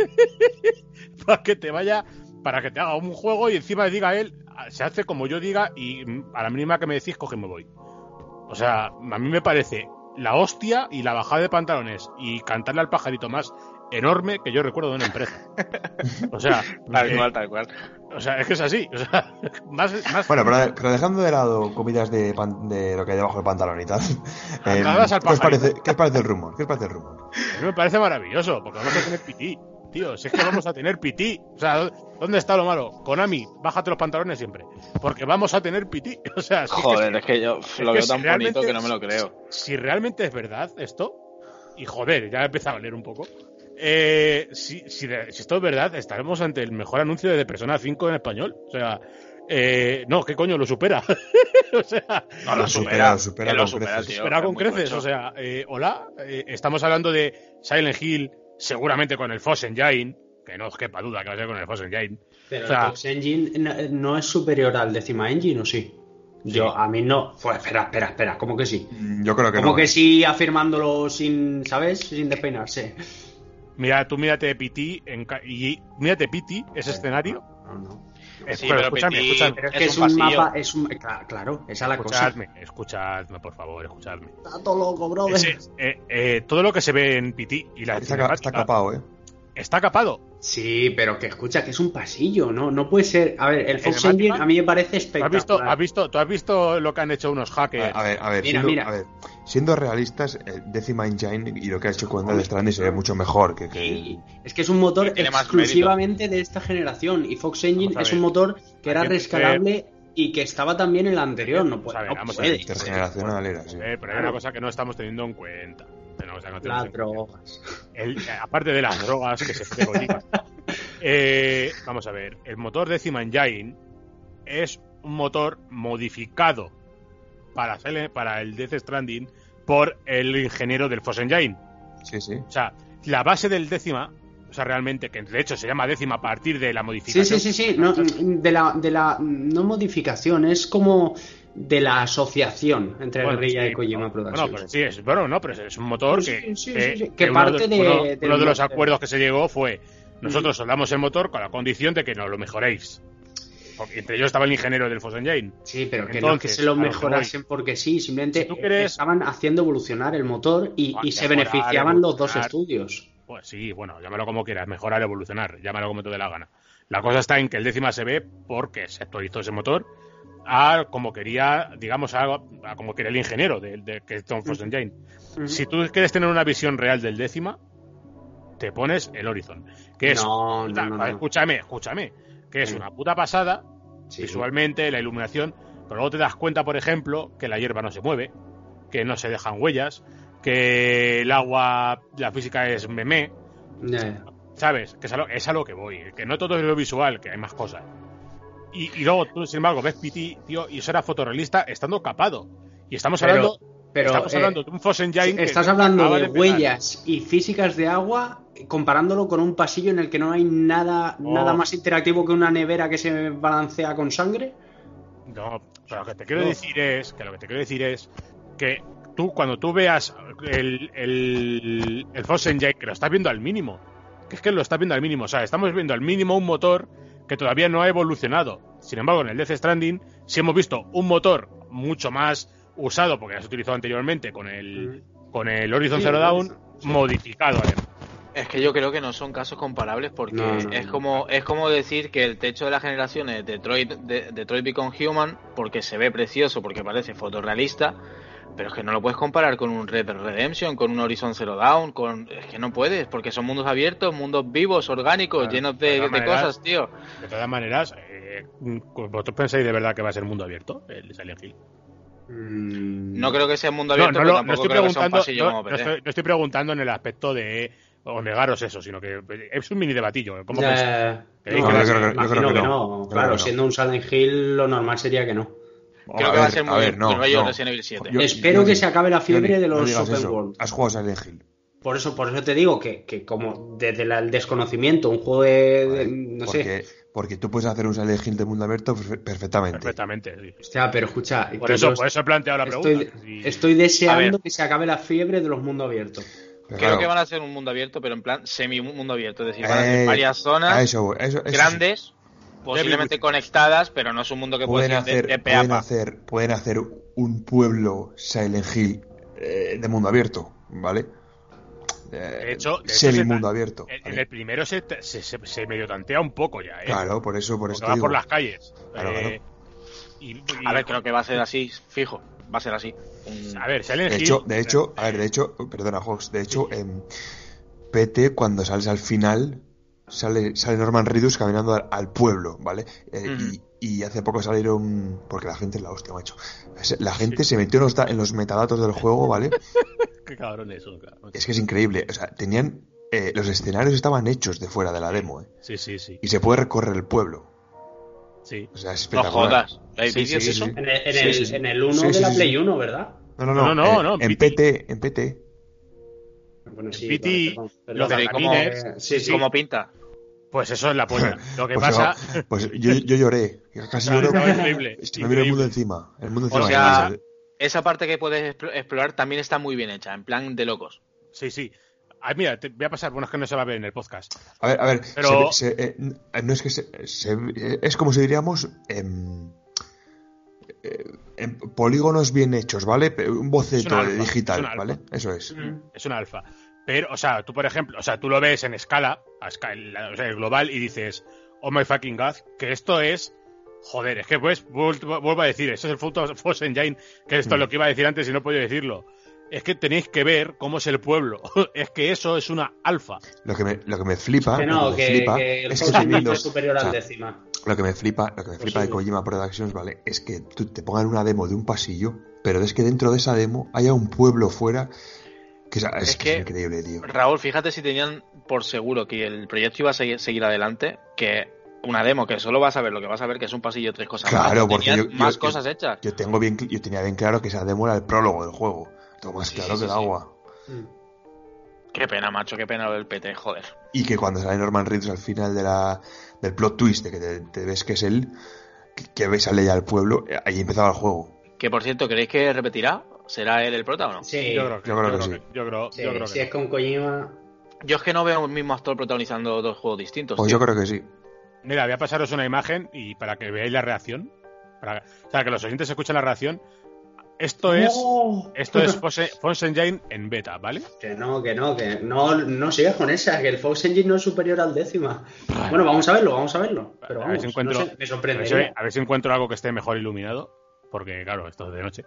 para que te haga un juego y encima diga a él, se hace como yo diga y a la mínima que me decís, coge, me voy. O sea, a mí me parece la hostia y la bajada de pantalones y cantarle al pajarito más enorme que yo recuerdo de una empresa. O sea, tal cual. O sea, es que es así. O sea, más... Bueno, pero dejando de lado comidas de lo que hay debajo del pantalón y tal. ¿Qué os parece el rumor? ¿Qué os parece el rumor? A mí me parece maravilloso, porque vamos a tener PT. Tío, si es que vamos a tener PT. O sea, ¿dónde está lo malo? Konami, bájate los pantalones siempre. Porque vamos a tener PT. O sea, joder, es que yo lo veo tan bonito que no me lo creo. Si realmente es verdad esto, y joder, ya empieza a valer un poco. Si esto es verdad, estaremos ante el mejor anuncio de Persona 5 en español. O sea, no, ¿qué coño? Lo supera. O sea, no, lo supera con creces. O sea, hola, estamos hablando de Silent Hill, seguramente con el Fox Engine, que no os quepa duda que va a ser con el Fox Engine. Pero el Fox Engine no es superior al Decima Engine, ¿o sí? A mí no. Pues espera, ¿cómo que sí? Yo creo que no. ¿Cómo que sí, afirmándolo sin, ¿sabes? Sin despeinarse. Mira, tú mírate PT y mírate PT, ese escenario. No. Sí, pero escúchame. Pero es que es un mapa, claro, esa es la cosa. Escuchadme, por favor, escuchadme. Está todo loco, brother. Todo lo que se ve en PT y la está capado, Está capado. Sí, pero que escucha, que es un pasillo, no puede ser. A ver, el Fox Engine a mí me parece espectacular. ¿Tú has visto lo que han hecho unos hackers? A ver, siendo realistas, el Decima Engine y lo que ha hecho con Death Stranding se ve mucho mejor que... Sí, es que es un motor exclusivamente de esta generación, y Fox Engine es un motor que era rescalable y que estaba también en la anterior. No puede. Intergeneracional era, sí. Pero hay una cosa que no estamos teniendo en cuenta. Las drogas. Aparte de las drogas que se pegollican. Vamos a ver, el motor Decima Engine es un motor modificado para el Death Stranding por el ingeniero del Fox Engine. Sí. O sea, la base del Décima, o sea, realmente, que de hecho se llama Décima a partir de la modificación. Sí. No, de la no modificación, es como de la asociación entre Guerrilla y Kojima Productions. Pero es un motor que parte de uno de los acuerdos que se llegó fue: nosotros soldamos el motor con la condición de que nos lo mejoréis. Porque entre ellos estaba el ingeniero del Fox Engine. Sí, pero que no es que se lo mejorasen porque sí, simplemente estaban haciendo evolucionar el motor y se beneficiaban los dos estudios. Pues sí, bueno, llámalo como quieras, mejorar, evolucionar, llámalo como te dé la gana. La cosa está en que el Décima se ve porque se actualizó ese motor a como quería, digamos, a como quería el ingeniero que es Tom Fox Engine. Si tú quieres tener una visión real del Décima, te pones el Horizon, que es no. Escúchame, que es una puta pasada visualmente, la iluminación, pero luego te das cuenta, por ejemplo, que la hierba no se mueve, que no se dejan huellas, que el agua, la física es meme, ¿sabes? Que es a lo que voy, que no todo es lo visual, que hay más cosas. Y luego tú, sin embargo, ves PT, tío, y eso era fotorrealista estando capado. Y estamos hablando de un Fox Engine. Estás hablando de huellas y físicas de agua, comparándolo con un pasillo en el que no hay nada más interactivo que una nevera que se balancea con sangre. No, pero lo que te quiero decir es que tú, cuando tú veas el Fox Engine, que lo estás viendo al mínimo, o sea, estamos viendo al mínimo un motor que todavía no ha evolucionado. Sin embargo, en el Death Stranding sí hemos visto un motor mucho más usado, porque ya se utilizó anteriormente con el Horizon Zero Dawn, modificado además. Es que yo creo que no son casos comparables porque es como decir que el techo de la generación es Detroit Become Human porque se ve precioso, porque parece fotorrealista, pero es que no lo puedes comparar con un Red Dead Redemption, con un Horizon Zero Dawn, es que no puedes, porque son mundos abiertos, mundos vivos, orgánicos, llenos de cosas, tío. De todas maneras, ¿vosotros pensáis de verdad que va a ser mundo abierto el Silent Hill? No creo que sea mundo abierto, pero tampoco creo que sea un pasillo como PT. No estoy preguntando en el aspecto de o negaros eso, sino que es un mini debatillo. ¿Cómo pensáis? Yo creo que no. Claro, siendo un Silent Hill, lo normal sería que no. Creo que va a ser muy rollo Resident Evil 7. Espero que se acabe la fiebre de los Open World. ¿Has jugado Silent Hill? Por eso te digo que como desde el desconocimiento, un juego de no sé. Porque tú puedes hacer un Silent Hill de mundo abierto perfectamente. Perfectamente, sí. Hostia, pero escucha. Por eso he planteado la pregunta. Estoy deseando que se acabe la fiebre de los mundos abiertos. Creo que van a ser un mundo abierto, pero en plan semi-mundo abierto. Es decir, van a ser varias zonas grandes, posiblemente conectadas, pero no es un mundo que puede ser de pe a pa. Pueden hacer un pueblo Silent Hill de mundo abierto, ¿vale? semi-mundo abierto. En el primero se medio tantea un poco ya, ¿eh? Claro, por eso va digo. por las calles. Claro. A ver, creo que va a ser así, fijo. Va a ser así. A ver, Silent De Hill... hecho, perdona, Hox, de hecho, en PT, cuando sales al final, sale Norman Reedus caminando al pueblo, ¿vale? Y hace poco salieron... Porque la gente es la hostia, macho. La gente se metió en los metadatos del juego, ¿vale? Qué cabrones son, claro. Es que es increíble. O sea, tenían... los escenarios estaban hechos de fuera de la demo, ¿eh? Sí. Y se puede recorrer el pueblo. Sí. O sea, es No espectacular. jodas. ¿Hay vídeos de eso? En el 1 de la Play 1, ¿verdad? No. En PT. Bueno, sí, PT, perdón. los Pero de ¿y camines, ¿Cómo pinta? pues eso es la polla. Lo que Pues pasa... pues yo lloré. Casi lloro. Estaba increíble. Me vino el mundo encima. El mundo O encima. sea, esa parte que puedes explorar también está muy bien hecha, en plan de locos. Sí. Ay, mira, te voy a pasar, bueno, es que no se va a ver en el podcast. A ver, Pero... no es que es como si diríamos en polígonos bien hechos, ¿vale? Un boceto digital, ¿vale? Eso es. Es una alfa. Pero, o sea, tú por ejemplo, tú lo ves en escala, o sea, global, y dices, oh my fucking god, que esto es... Joder, es que pues, vuelvo a decir, eso es el Fox Engine, que esto es lo que iba a decir antes y no podía decirlo. Es que tenéis que ver cómo es el pueblo. Es que eso es una alfa. Lo que me flipa, que el es Fox que Engine es superior al décima. Lo que me flipa de Kojima Productions, ¿vale? Es que te pongan una demo de un pasillo, pero es que dentro de esa demo haya un pueblo fuera que es increíble, tío. Raúl, fíjate si tenían por seguro que el proyecto iba a seguir adelante, que una demo que solo vas a ver lo que vas a ver, que es un pasillo de 3 cosas claro, más. porque más cosas hechas. Yo tenía bien claro que esa demo era el prólogo del juego. Todo más claro que el agua. Qué pena, macho, qué pena lo del PT, joder. Y que cuando sale Norman Reedus al final del plot twist, de que te ves que es él, que sale ya al pueblo, ahí empezaba el juego. Que por cierto, ¿creéis que repetirá? ¿Será él el prota o no? Sí, yo creo que sí. Yo creo que si es con Kojima... Yo es que no veo el mismo actor protagonizando 2 juegos distintos. Pues tío. yo creo que sí. Mira, voy a pasaros una imagen y para que veáis la reacción. O sea, que los oyentes escuchen la reacción. Esto es Fox Engine en beta, ¿vale? Que no sigas con esa, que el Fox Engine no es superior al décima. Bueno, vamos a verlo. Pero vamos, a ver si encuentro, no sé, me sorprende. A ver si encuentro algo que esté mejor iluminado, porque claro, esto es de noche.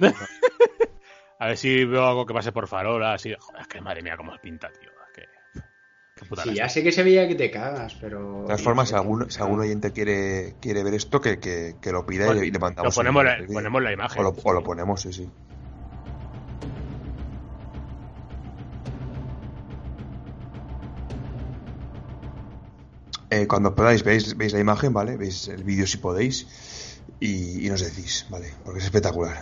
A ver si veo algo que pase por farola, así. Joder, es que madre mía cómo pinta, tío. Qué puta sí, ya sé que se veía que te cagas, pero... De todas formas, si algún oyente quiere ver esto, que lo pida y le mandamos. Ponemos la imagen. O lo ponemos, sí. Cuando podáis, veis la imagen, ¿vale? Veis el vídeo si podéis y nos decís, ¿vale? Porque es espectacular.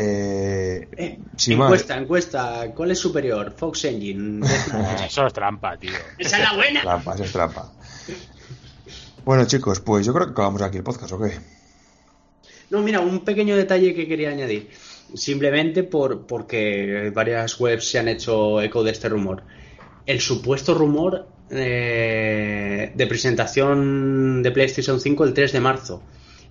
Encuesta, ¿cuál es superior? Fox Engine. Eso es trampa, tío. Esa es la buena. Eso es trampa. Bueno, chicos, pues yo creo que acabamos aquí el podcast, ¿o qué? No, mira, un pequeño detalle que quería añadir. Simplemente porque varias webs se han hecho eco de este rumor. El supuesto rumor de presentación de PlayStation 5 el 3 de marzo.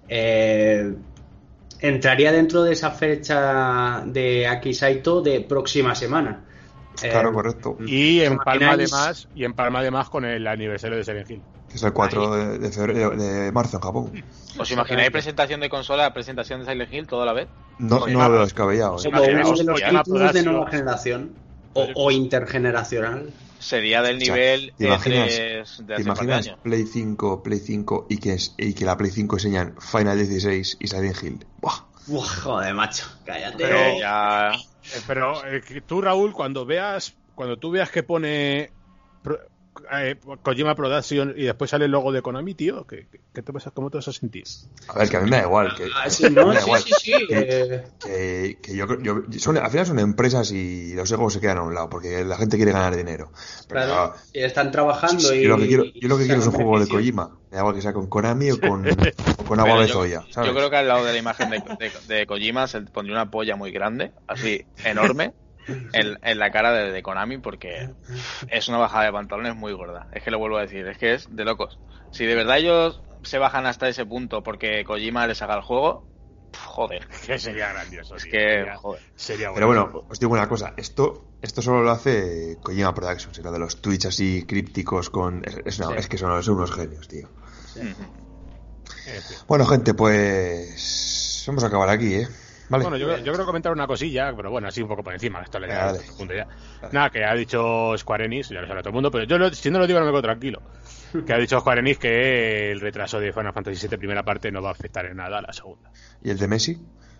Entraría dentro de esa fecha de Aki Saito de próxima semana. Claro, correcto. Y empalma además con el aniversario de Silent Hill. Que es el 4 de marzo en Japón. ¿Os imagináis presentación de consola, presentación de Silent Hill todo a la vez? No lo veo descabellado. Como uno de los títulos de nueva generación o intergeneracional. Sería del nivel ¿te imaginas, de hace ¿te imaginas Play 5 y que la Play 5 enseñan Final 16 y Silent Hill? ¡Buah! Joder, macho, cállate. Pero tú, Raúl, cuando tú veas que pone Kojima Production y después sale el logo de Konami, tío, ¿cómo te vas a sentir? A ver, que a mí me da igual. Al final son empresas y los egos se quedan a un lado porque la gente quiere ganar dinero. Pero claro, y están trabajando yo lo que quiero es un juego de Kojima. Me da igual que sea con Konami o con agua de Zoya, ¿sabes? Yo creo que al lado de la imagen de Kojima se pondría una polla muy grande, así enorme, en la cara de Konami, porque es una bajada de pantalones muy gorda. Es que lo vuelvo a decir, es que es de locos. Si de verdad ellos se bajan hasta ese punto porque Kojima les haga el juego, joder. Que sería grandioso, es tío. Que, sería Pero bueno, os digo una cosa, esto Esto solo lo hace Kojima Productions, lo de los tweets así crípticos con... Es que son unos genios, tío. Sí. Bueno, gente, pues... Vamos a acabar aquí, ¿eh? Vale. Bueno, yo creo comentar una cosilla, pero bueno, así un poco por encima. Esto le da Dale. punto ya. Nada, que ha dicho Square Enix, ya lo sabe todo el mundo, pero si no lo digo no me quedo tranquilo. Que ha dicho Square Enix que el retraso de Final Fantasy VII primera parte no va a afectar en nada a la segunda. ¿Y el de Messi?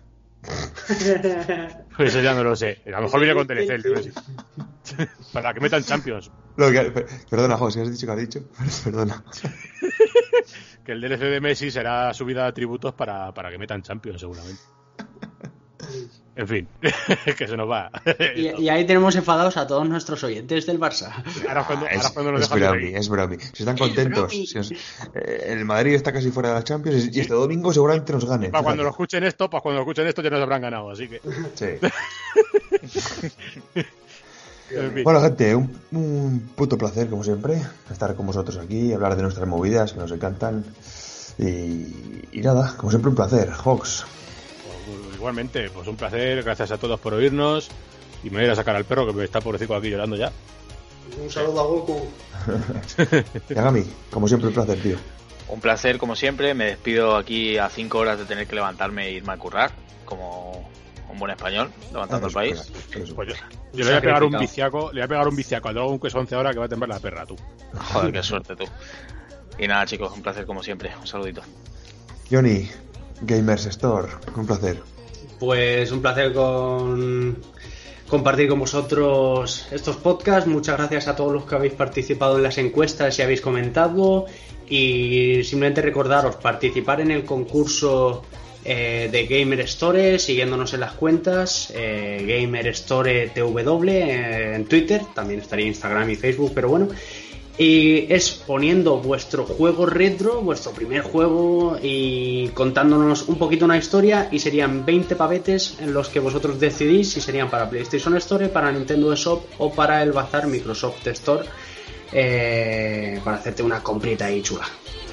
Pues eso ya no lo sé. A lo mejor viene con DLC el de Messi. Para que metan Champions. Perdona, José, ¿has dicho que has dicho? Perdona. Que el DLC de Messi será subida de atributos para que metan Champions, seguramente. En fin, que se nos va. Y ahí tenemos enfadados a todos nuestros oyentes del Barça. Ahora cuando nos dejan de reír. Es broma. Si están contentos. El Madrid está casi fuera de las Champions y este domingo seguramente nos gane. Cuando lo escuchen esto, ya nos habrán ganado, así que... Sí. En fin. Bueno, gente, un puto placer, como siempre, estar con vosotros aquí, hablar de nuestras movidas que nos encantan. Y nada, como siempre, un placer. Hawks. Igualmente, pues un placer, gracias a todos por oírnos. Y me voy a ir a sacar al perro que me está pobrecito aquí llorando ya. Un saludo a Goku. Yagami, como siempre, un placer, tío. Un placer, como siempre. Me despido aquí a 5 horas de tener que levantarme e irme a currar, como un buen español, levantando el país. Pues yo le voy a pegar un viciaco al Dragon Quest 11 ahora que va a temblar la perra, tú. Joder, qué suerte, tú. Y nada, chicos, un placer como siempre. Un saludito. Johnny, Gamers Store, un placer. Pues un placer compartir con vosotros estos podcasts. Muchas gracias a todos los que habéis participado en las encuestas y habéis comentado. Y simplemente recordaros, participar en el concurso de Gamer Store, siguiéndonos en las cuentas, Gamer Store TW en Twitter, también estaría Instagram y Facebook, pero bueno. Y es poniendo vuestro juego retro, vuestro primer juego, y contándonos un poquito una historia, y serían 20 pavetes en los que vosotros decidís si serían para PlayStation Store, para Nintendo Shop o para el Bazar Microsoft Store, para hacerte una comprita ahí chula.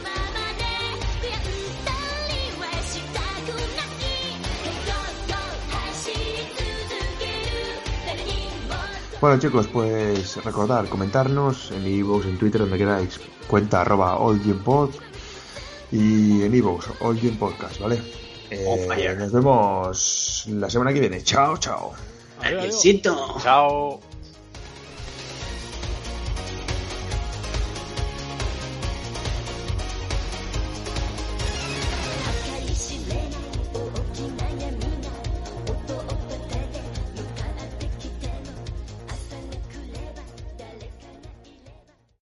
Bueno, chicos, pues recordar, comentarnos en iVoox, en Twitter, donde queráis, cuenta @allgampod y en iVoox, allgampodcast, ¿vale? Nos vemos la semana que viene. Chao, chao. Adiósito. Chao.